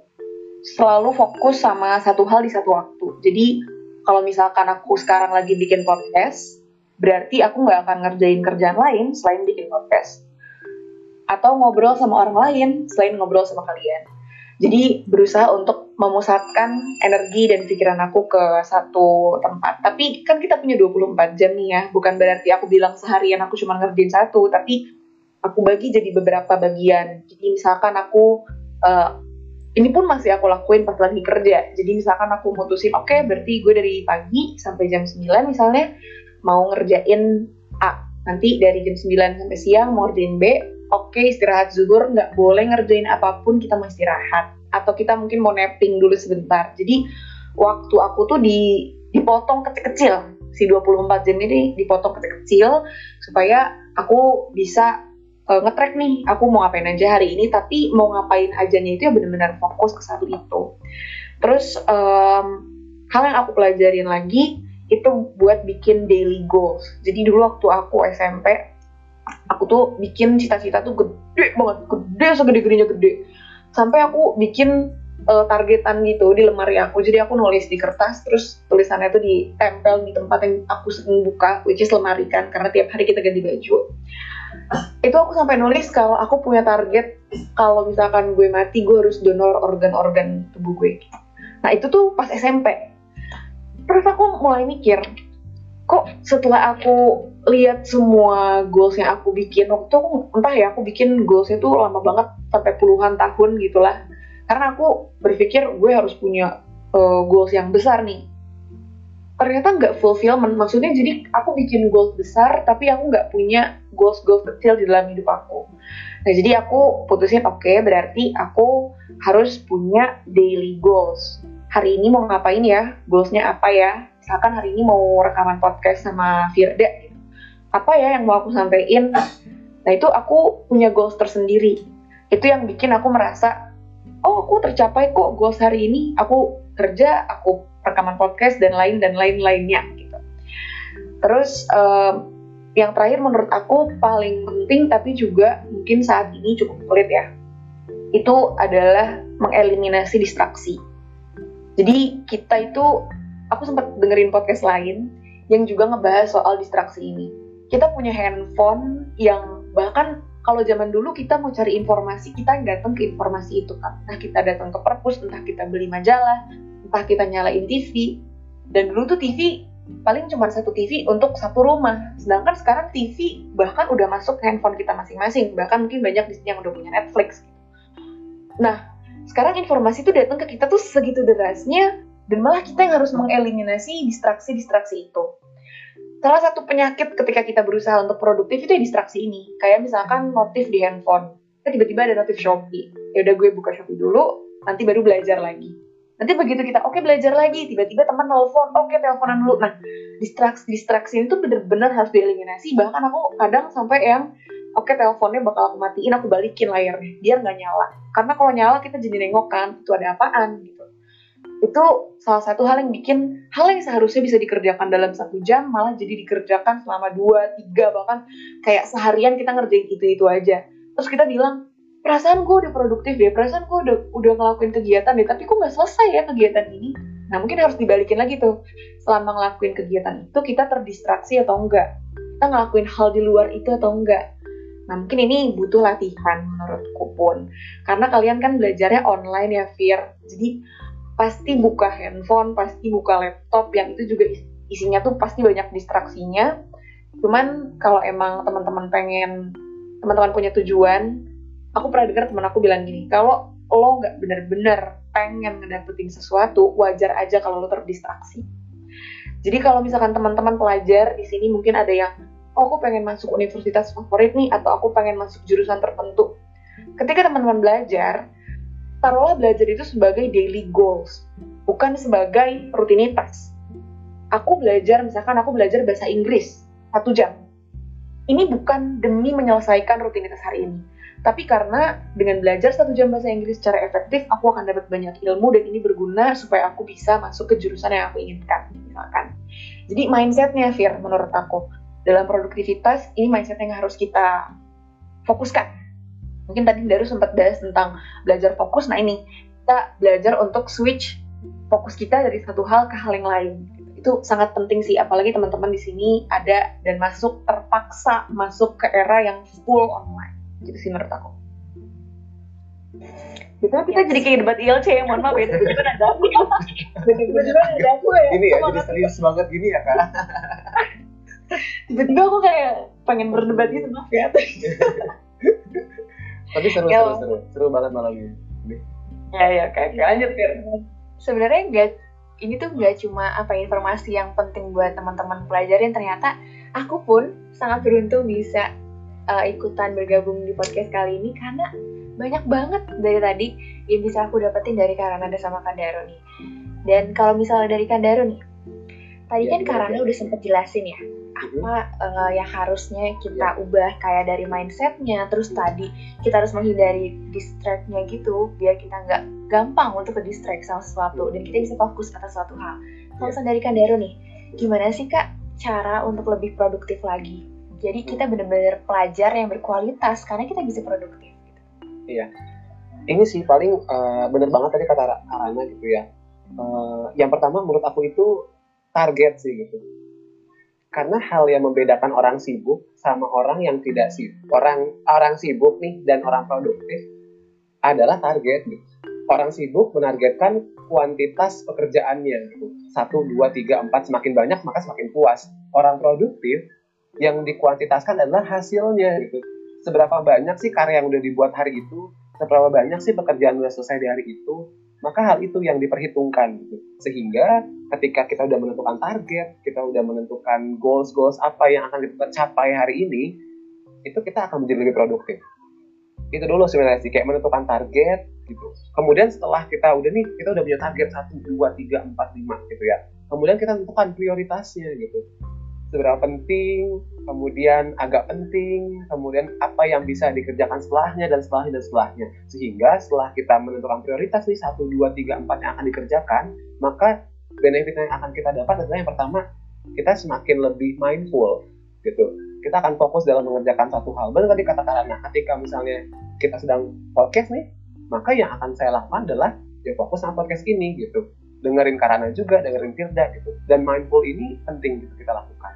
selalu fokus sama satu hal di satu waktu. Jadi kalau misalkan aku sekarang lagi bikin podcast, berarti aku nggak akan ngerjain kerjaan lain selain bikin podcast, atau ngobrol sama orang lain selain ngobrol sama kalian. Jadi berusaha untuk memusatkan energi dan pikiran aku ke satu tempat. Tapi kan kita punya 24 jam nih ya. Bukan berarti aku bilang seharian aku cuma ngerjain satu. Tapi aku bagi jadi beberapa bagian. Jadi misalkan aku, ini pun masih aku lakuin pas lagi kerja. Jadi misalkan aku mutusin, oke, berarti gue dari pagi sampai jam 9 misalnya mau ngerjain A. Nanti dari jam 9 sampai siang mau ngerjain B. Oke, istirahat zuhur, nggak boleh ngerjain apapun, kita mau istirahat. Atau kita mungkin mau napping dulu sebentar. Jadi, waktu aku tuh dipotong kecil-kecil. Si 24 jam ini dipotong kecil-kecil, supaya aku bisa nge-track nih, aku mau ngapain aja hari ini, tapi mau ngapain ajanya itu ya benar-benar fokus ke satu itu. Terus, hal yang aku pelajarin lagi, itu buat bikin daily goals. Jadi dulu waktu aku SMP, aku tuh bikin cita-cita tuh gede banget, segede-gedenya gede. Sampai aku bikin targetan gitu di lemari aku. Jadi aku nulis di kertas, terus tulisannya tuh ditempel di tempat yang aku sering buka, which is lemari kan, karena tiap hari kita ganti baju. Itu aku sampai nulis kalau aku punya target, kalau misalkan gue mati, gue harus donor organ-organ tubuh gue. Nah itu tuh pas SMP. Terus aku mulai mikir, kok setelah aku lihat semua goals yang aku bikin, waktu itu entah ya, aku bikin goalsnya tuh lama banget, sampai puluhan tahun gitulah. Karena aku berpikir gue harus punya goals yang besar nih. Ternyata nggak fulfillment, maksudnya jadi aku bikin goals besar, tapi aku nggak punya goals-goals kecil di dalam hidup aku. Nah jadi aku putusin, oke, berarti aku harus punya daily goals. Hari ini mau ngapain ya, goalsnya apa ya, misalkan hari ini mau rekaman podcast sama Firda, apa ya yang mau aku sampein. Nah itu aku punya goals tersendiri, itu yang bikin aku merasa, oh aku tercapai kok goals hari ini, aku kerja, aku rekaman podcast, dan lainnya gitu. Terus yang terakhir menurut aku paling penting, tapi juga mungkin saat ini cukup sulit ya, itu adalah mengeliminasi distraksi. Jadi kita itu, aku sempat dengerin podcast lain yang juga ngebahas soal distraksi ini. Kita punya handphone yang bahkan kalau zaman dulu kita mau cari informasi, kita datang ke informasi itu kan. Entah kita datang ke perpus, entah kita beli majalah, entah kita nyalain TV. Dan dulu tuh TV paling cuma satu TV untuk satu rumah. Sedangkan sekarang TV bahkan udah masuk ke handphone kita masing-masing. Bahkan mungkin banyak di sini yang udah punya Netflix. Nah, sekarang informasi itu datang ke kita tuh segitu derasnya, dan malah kita yang harus mengeliminasi distraksi-distraksi itu. Salah satu penyakit ketika kita berusaha untuk produktif itu ya distraksi ini. Kayak misalkan notif di handphone, tiba-tiba ada notif Shopee. Ya udah gue buka Shopee dulu, nanti baru belajar lagi. Nanti begitu kita belajar lagi, tiba-tiba teman nelfon, teleponan dulu. Nah, distraksi itu benar-benar harus dieliminasi. Bahkan aku kadang sampai yang teleponnya bakal aku matiin, aku balikin layarnya biar nggak nyala. Karena kalau nyala kita jadi nengok kan, itu ada apaan gitu. Itu salah satu hal yang bikin hal yang seharusnya bisa dikerjakan dalam 1 jam malah jadi dikerjakan selama 2, 3, bahkan kayak seharian kita ngerjain itu aja. Terus kita bilang, perasaan gue udah produktif deh, perasaan gue udah ngelakuin kegiatan deh, tapi kok nggak selesai ya kegiatan ini. Nah mungkin harus dibalikin lagi tuh, selama ngelakuin kegiatan itu kita terdistraksi atau enggak, kita ngelakuin hal di luar itu atau enggak. Nah mungkin ini butuh latihan menurutku pun, karena kalian kan belajarnya online ya Fir, jadi pasti buka handphone, pasti buka laptop yang itu juga isinya tuh pasti banyak distraksinya. Cuman kalau emang teman-teman punya tujuan, aku pernah dengar teman aku bilang gini, kalau lo nggak bener-bener pengen ngedapetin sesuatu, wajar aja kalau lo terdistraksi. Jadi kalau misalkan teman-teman pelajar di sini mungkin ada yang, oh aku pengen masuk universitas favorit nih, atau aku pengen masuk jurusan tertentu. Ketika teman-teman belajar, taruhlah belajar itu sebagai daily goals, bukan sebagai rutinitas. Misalkan aku belajar bahasa Inggris 1 jam. Ini bukan demi menyelesaikan rutinitas hari ini, tapi karena dengan belajar 1 jam bahasa Inggris secara efektif, aku akan dapat banyak ilmu dan ini berguna supaya aku bisa masuk ke jurusan yang aku inginkan, misalkan. Jadi mindsetnya, Fir, menurut aku, dalam produktivitas, ini mindset yang harus kita fokuskan. Mungkin tadi Daru sempat bahas tentang belajar fokus, nah ini, kita belajar untuk switch fokus kita dari satu hal ke hal yang lain. Itu sangat penting sih, apalagi teman-teman di sini ada dan terpaksa masuk ke era yang full online. Gitu sih menurut aku. Gitu kita jadi kayak debat ILC, mohon maaf ya, tiba-tiba ada aku. Tiba-tiba ada aku ya. Ini ya, jadi serius banget gini ya Kak. Tiba-tiba aku kayak pengen berdebat gitu, maaf ya. Tapi seru banget malam ini. Ya, kayak lanjut Fir. Sebenarnya ini tuh nggak cuma informasi yang penting buat teman-teman pelajarin, ternyata aku pun sangat beruntung bisa ikutan bergabung di podcast kali ini karena banyak banget dari tadi yang bisa aku dapetin dari Karana sama Kandaro nih. Dan kalau misalnya dari Kandaro nih, tadi kan Karana udah sempet jelasin ya apa yang harusnya kita ubah kayak dari mindsetnya, terus tadi kita harus menghindari distract-nya gitu biar kita nggak gampang untuk ke distract sama sesuatu dan kita bisa fokus atas suatu hal. Kalau misalnya dari Kandaro nih, gimana sih Kak cara untuk lebih produktif lagi? Jadi kita benar-benar pelajar yang berkualitas karena kita bisa produktif. Iya, ini sih paling bener banget tadi kata Karana gitu ya. Yang pertama menurut aku itu target sih gitu. Karena hal yang membedakan orang sibuk sama orang yang tidak sibuk, orang sibuk nih dan orang produktif adalah target gitu. Orang sibuk menargetkan kuantitas pekerjaannya gitu. 1, 2, 3, 4 semakin banyak maka semakin puas. Orang produktif yang dikuantitaskan adalah hasilnya gitu. Seberapa banyak sih karya yang udah dibuat hari itu, seberapa banyak sih pekerjaan udah selesai di hari itu, maka hal itu yang diperhitungkan gitu. Sehingga ketika kita udah menentukan target, kita udah menentukan goals apa yang akan kita capai hari ini, itu kita akan menjadi lebih produktif. Itu dulu sebenarnya sih, kayak menentukan target gitu. Kemudian setelah kita udah punya target 1, 2, 3, 4, 5 gitu ya. Kemudian kita tentukan prioritasnya gitu. Seberapa penting, kemudian agak penting, kemudian apa yang bisa dikerjakan setelahnya dan setelahnya. Sehingga setelah kita menentukan prioritas nih 1, 2, 3, 4 yang akan dikerjakan, maka benefit yang akan kita dapat adalah yang pertama, kita semakin lebih mindful gitu. Kita akan fokus dalam mengerjakan satu hal. Benar tadi kata Karana, ketika misalnya kita sedang podcast nih, maka yang akan saya lakukan adalah ya fokus sama podcast ini gitu. Dengerin Karana juga, dengerin Firda gitu. Dan mindful ini penting gitu kita lakukan.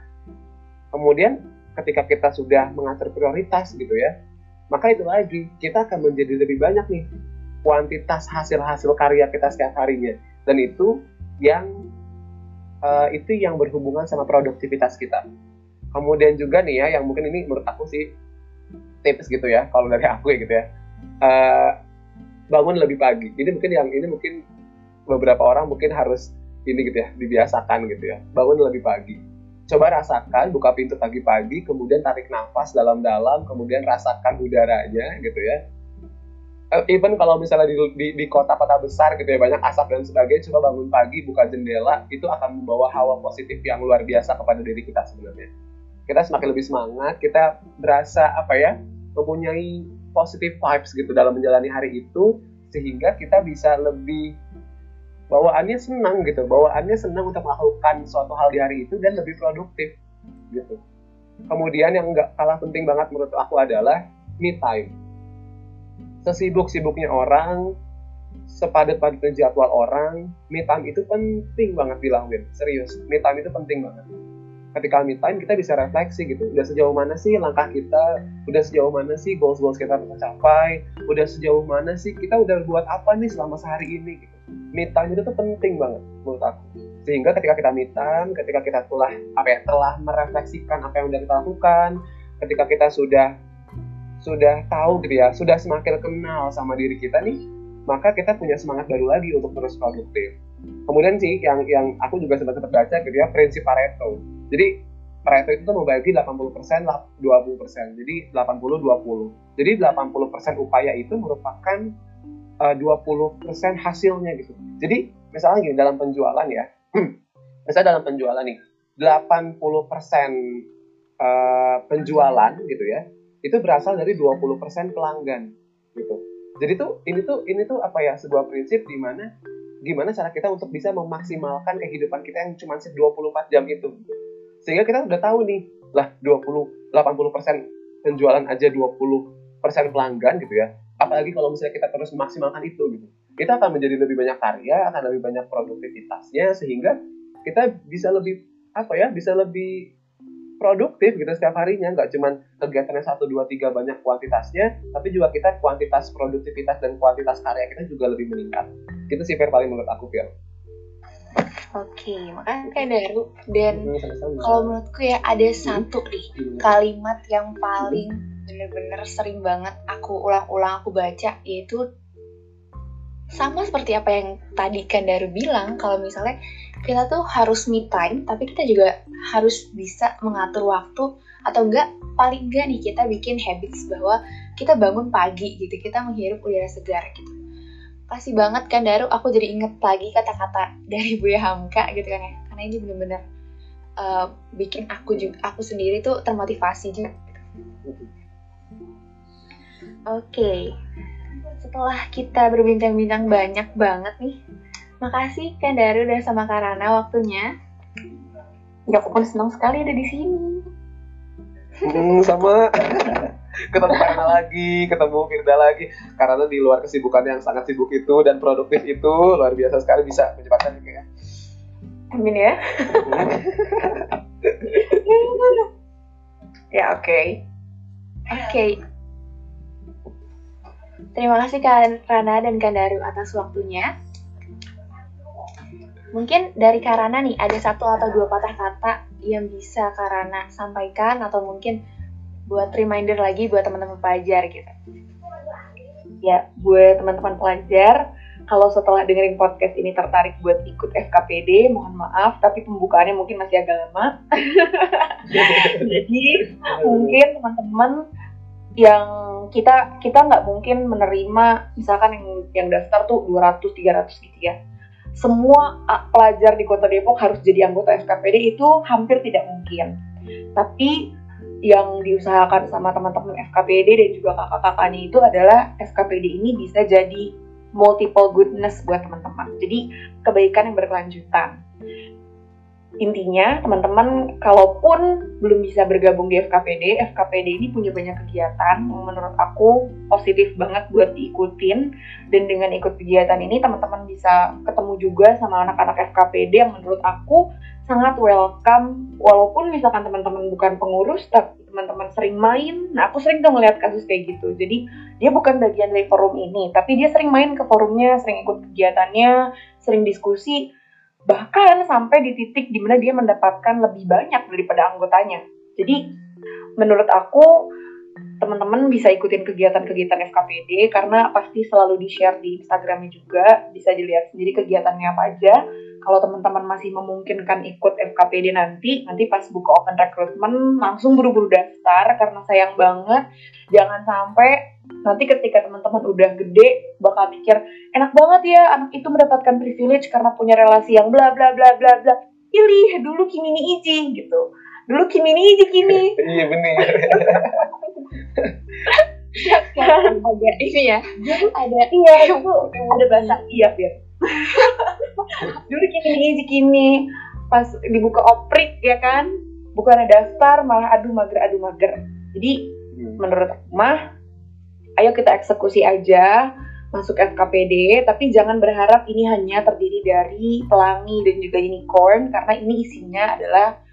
Kemudian ketika kita sudah mengatur prioritas gitu ya, maka itu lagi kita akan menjadi lebih banyak nih kuantitas hasil karya kita setiap harinya. Dan itu yang berhubungan sama produktivitas kita. Kemudian juga nih ya, yang mungkin ini menurut aku sih tips gitu ya, kalau dari aku ya gitu ya, bangun lebih pagi. Jadi mungkin beberapa orang mungkin harus ini gitu ya, dibiasakan gitu ya, bangun lebih pagi. Coba rasakan buka pintu pagi-pagi, kemudian tarik nafas dalam-dalam, kemudian rasakan udaranya gitu ya. Even kalau misalnya di kota-kota besar gitu ya, banyak asap dan sebagainya, coba bangun pagi, buka jendela, itu akan membawa hawa positif yang luar biasa kepada diri kita sebenarnya. Kita semakin lebih semangat, kita berasa mempunyai positive vibes gitu dalam menjalani hari itu, sehingga kita bisa lebih bawaannya senang untuk melakukan suatu hal di hari itu dan lebih produktif gitu. Kemudian yang nggak kalah penting banget menurut aku adalah me time. Sesibuk-sibuknya orang, sepadat-padatnya jadwal orang, me time itu penting banget dilakuin. Serius, me time itu penting banget. ketika me time kita bisa refleksi gitu, udah sejauh mana sih langkah kita, udah sejauh mana sih goals kita tercapai, udah sejauh mana sih kita udah buat apa nih selama sehari ini gitu. Me time itu tuh penting banget menurut aku, sehingga ketika kita me time, ketika kita telah merefleksikan apa yang udah kita lakukan, ketika kita sudah tahu gitu ya, sudah semakin kenal sama diri kita nih, maka kita punya semangat baru lagi untuk terus produktif. Kemudian sih yang aku juga sempat baca gitu ya, prinsip Pareto. Jadi Pareto itu tuh membagi 80%, 20%. Jadi 80-20. Jadi 80% upaya itu merupakan 20% hasilnya gitu. Jadi misalnya gini, dalam penjualan ya, misalnya dalam penjualan nih, 80% penjualan gitu ya, itu berasal dari 20% pelanggan gitu. Jadi ini tuh apa ya, sebuah prinsip di mana gimana cara kita untuk bisa memaksimalkan kehidupan kita yang cuma 24 jam itu. Sehingga kita udah tahu nih, lah 80% penjualan aja 20% pelanggan gitu ya. Apalagi kalau misalnya kita terus memaksimalkan itu gitu. Kita akan menjadi lebih banyak karya, akan lebih banyak produktivitasnya, sehingga kita bisa lebih produktif gitu setiap harinya, nggak cuma kegiatannya 1, 2, 3 banyak kuantitasnya, tapi juga kita kuantitas produktivitas dan kuantitas karya kita juga lebih meningkat. Itu sih paling menurut aku, Fir. Oke, makanya kayak Daru. Dan kalau menurutku ya ada satu nih kalimat yang paling bener-bener sering banget aku ulang-ulang aku baca, yaitu sama seperti apa yang tadi kan Daru bilang, kalau misalnya kita tuh harus me time, tapi kita juga harus bisa mengatur waktu, atau paling enggak nih kita bikin habits bahwa kita bangun pagi gitu, kita menghirup udara segar gitu. Kasih banget kan Daru, aku jadi inget lagi kata-kata dari Buya Hamka gitu kan ya, karena ini bener-bener bikin aku sendiri tuh termotivasi juga. Oke. Setelah kita berbincang-bincang banyak banget nih, makasih Kak Daru dan sama Kak Rana waktunya. Ya, aku pun senang sekali ada di sini. Sama. Ketemu Karana lagi, ketemu Firda lagi. Karena di luar kesibukan yang sangat sibuk itu dan produktif itu, luar biasa sekali bisa menyempatkan ya. Amin ya. Ya, oke. Terima kasih Kak Rana dan Kak Daru atas waktunya. Mungkin dari Kak Rana nih, ada 1 atau 2 patah kata yang bisa Kak Rana sampaikan, atau mungkin buat reminder lagi buat teman-teman pelajar gitu. Ya, buat teman-teman pelajar, kalau setelah dengerin podcast ini tertarik buat ikut FKPD, mohon maaf, tapi pembukaannya mungkin masih agak lama. Jadi, mungkin teman-teman yang kita nggak mungkin menerima misalkan yang daftar tuh 200-300 gitu ya. Semua pelajar di Kota Depok harus jadi anggota FKPD, itu hampir tidak mungkin. Tapi yang diusahakan sama teman-teman FKPD dan juga kakak-kakaknya itu adalah FKPD ini bisa jadi multiple goodness buat teman-teman. Jadi kebaikan yang berkelanjutan. Intinya, teman-teman kalaupun belum bisa bergabung di FKPD ini punya banyak kegiatan yang menurut aku positif banget buat diikutin. Dan dengan ikut kegiatan ini, teman-teman bisa ketemu juga sama anak-anak FKPD yang menurut aku sangat welcome. Walaupun misalkan teman-teman bukan pengurus, tapi teman-teman sering main. Nah, aku sering tuh ngeliat kasus kayak gitu. Jadi, dia bukan bagian dari forum ini, tapi dia sering main ke forumnya, sering ikut kegiatannya, sering diskusi. Bahkan sampai di titik dimana dia mendapatkan lebih banyak daripada anggotanya. Jadi menurut aku teman-teman bisa ikutin kegiatan-kegiatan FKPD karena pasti selalu di-share di Instagramnya juga, bisa dilihat sendiri kegiatannya apa aja. Kalau teman-teman masih memungkinkan ikut FKPD nanti pas buka open recruitment langsung buru-buru daftar, karena sayang banget jangan sampai nanti ketika teman-teman udah gede bakal mikir enak banget ya anak itu mendapatkan privilege karena punya relasi yang bla bla bla bla bla. Pilih dulu kimi ni iji gitu. Dulu kimi ni iji kimi. Iya benar. Ada ini ya. Ada bahasa iya biar. Dulu kimi ni iji kimi. Pas dibuka oprik ya kan, bukan ada daftar malah adu mager. Jadi menurut mah ayo kita eksekusi aja masuk FKPD, tapi jangan berharap ini hanya terdiri dari pelangi dan juga unicorn, karena ini isinya adalah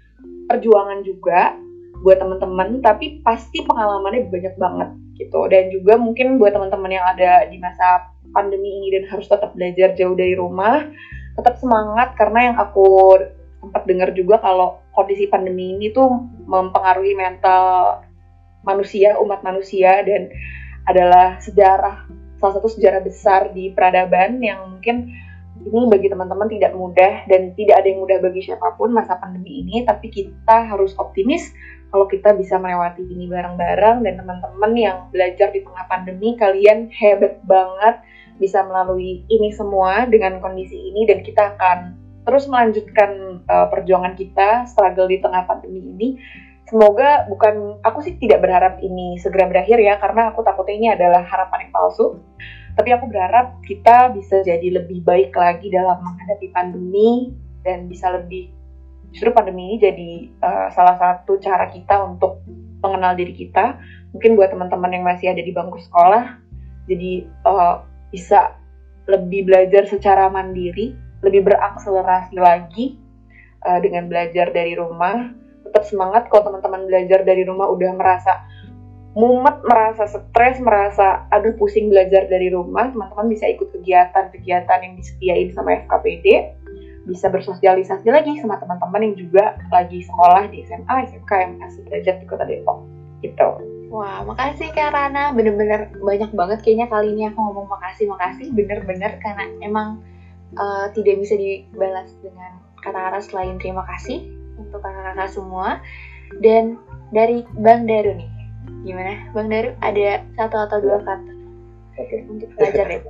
perjuangan juga buat teman-teman, tapi pasti pengalamannya banyak banget gitu. Dan juga mungkin buat teman-teman yang ada di masa pandemi ini dan harus tetap belajar jauh dari rumah, tetap semangat, karena yang aku sempat dengar juga kalau kondisi pandemi ini tuh mempengaruhi mental manusia, umat manusia, dan adalah salah satu sejarah besar di peradaban yang mungkin ini bagi teman-teman tidak mudah, dan tidak ada yang mudah bagi siapapun masa pandemi ini, tapi kita harus optimis kalau kita bisa melewati ini bareng-bareng. Dan teman-teman yang belajar di tengah pandemi, kalian hebat banget bisa melalui ini semua dengan kondisi ini, dan kita akan terus melanjutkan perjuangan kita, struggle di tengah pandemi ini. Semoga aku sih tidak berharap ini segera berakhir ya, karena aku takutnya ini adalah harapan yang palsu. Tapi aku berharap kita bisa jadi lebih baik lagi dalam menghadapi pandemi, dan bisa justru pandemi ini jadi salah satu cara kita untuk mengenal diri kita. Mungkin buat teman-teman yang masih ada di bangku sekolah, jadi bisa lebih belajar secara mandiri, lebih berakselerasi lagi dengan belajar dari rumah. Tetap semangat kalau teman-teman belajar dari rumah udah merasa mumet, merasa stres, merasa aduh pusing belajar dari rumah, teman-teman bisa ikut kegiatan-kegiatan yang disediain sama FKPD, bisa bersosialisasi lagi sama teman-teman yang juga lagi sekolah di SMA, SMK yang masih belajar di Kota Depok gitu. Wah, makasih Kak Rana, bener-bener banyak banget kayaknya kali ini aku ngomong makasih, bener-bener karena emang tidak bisa dibalas dengan kata-kata selain terima kasih untuk kakak-kakak semua. Dan dari Bang Daru nih, gimana Bang Daru, ada satu atau dua kata untuk belajar ya?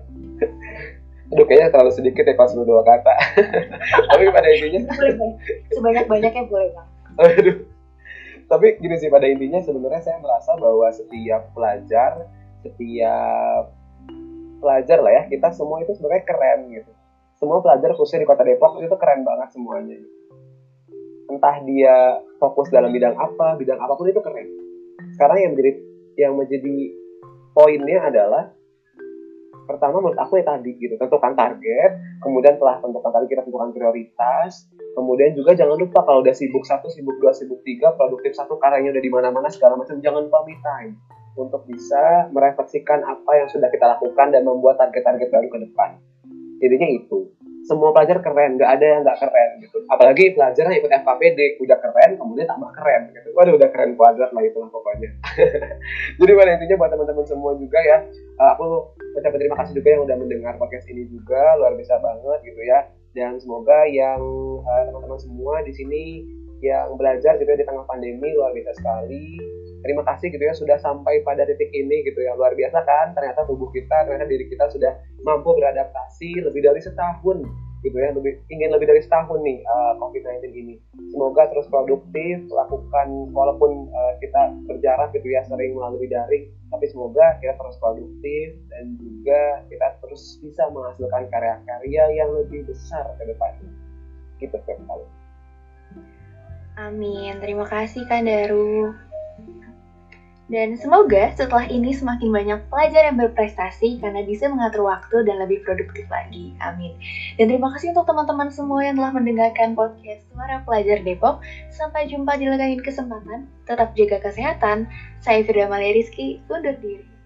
Aduh, kayaknya terlalu sedikit ya kalau 2 kata. Tapi pada intinya sebanyak-banyaknya boleh Bang. Aduh. Tapi gini sih, pada intinya sebenarnya saya merasa bahwa setiap pelajar lah ya, kita semua itu sebenarnya keren gitu. Semua pelajar khususnya di Kota Depok itu keren banget semuanya. Entah dia fokus dalam bidang apapun itu keren. Sekarang yang menjadi poinnya adalah, pertama menurut aku ya tadi gitu, tentukan target, kemudian setelah tentukan target kita tentukan prioritas, kemudian juga jangan lupa kalau udah sibuk 1, sibuk 2, sibuk 3, produktif 1, karyanya udah di mana-mana segala macam, jangan lupa me time untuk bisa merefleksikan apa yang sudah kita lakukan dan membuat target-target baru ke depan. Intinya itu. Semua pelajar keren, nggak ada yang nggak keren gitu. Apalagi pelajar yang ikut FKPD, udah keren, kemudian tambah keren gitu. Waduh, udah keren kuadrat lah itulah pokoknya. Jadi pada intinya buat teman-teman semua juga ya, aku ucapkan terima kasih juga yang udah mendengar podcast ini juga, luar biasa banget gitu ya. Dan semoga yang teman-teman semua di sini yang belajar gitu ya di tengah pandemi, luar biasa sekali. Terima kasih gitu ya sudah sampai pada titik ini gitu ya, luar biasa kan, ternyata diri kita sudah mampu beradaptasi lebih dari setahun gitu ya, ingin lebih dari setahun nih COVID-19 ini. Semoga terus produktif, lakukan walaupun kita berjarak gitu ya, sering melalui daring, tapi semoga kita terus produktif dan juga kita terus bisa menghasilkan karya-karya yang lebih besar ke depannya. Gitu kan. Amin, terima kasih Kak Daru. Dan semoga setelah ini semakin banyak pelajar yang berprestasi karena bisa mengatur waktu dan lebih produktif lagi. Amin. Dan terima kasih untuk teman-teman semua yang telah mendengarkan podcast Suara Pelajar Depok. Sampai jumpa di lain kesempatan. Tetap jaga kesehatan. Saya Firda Malia Rizky, undur diri.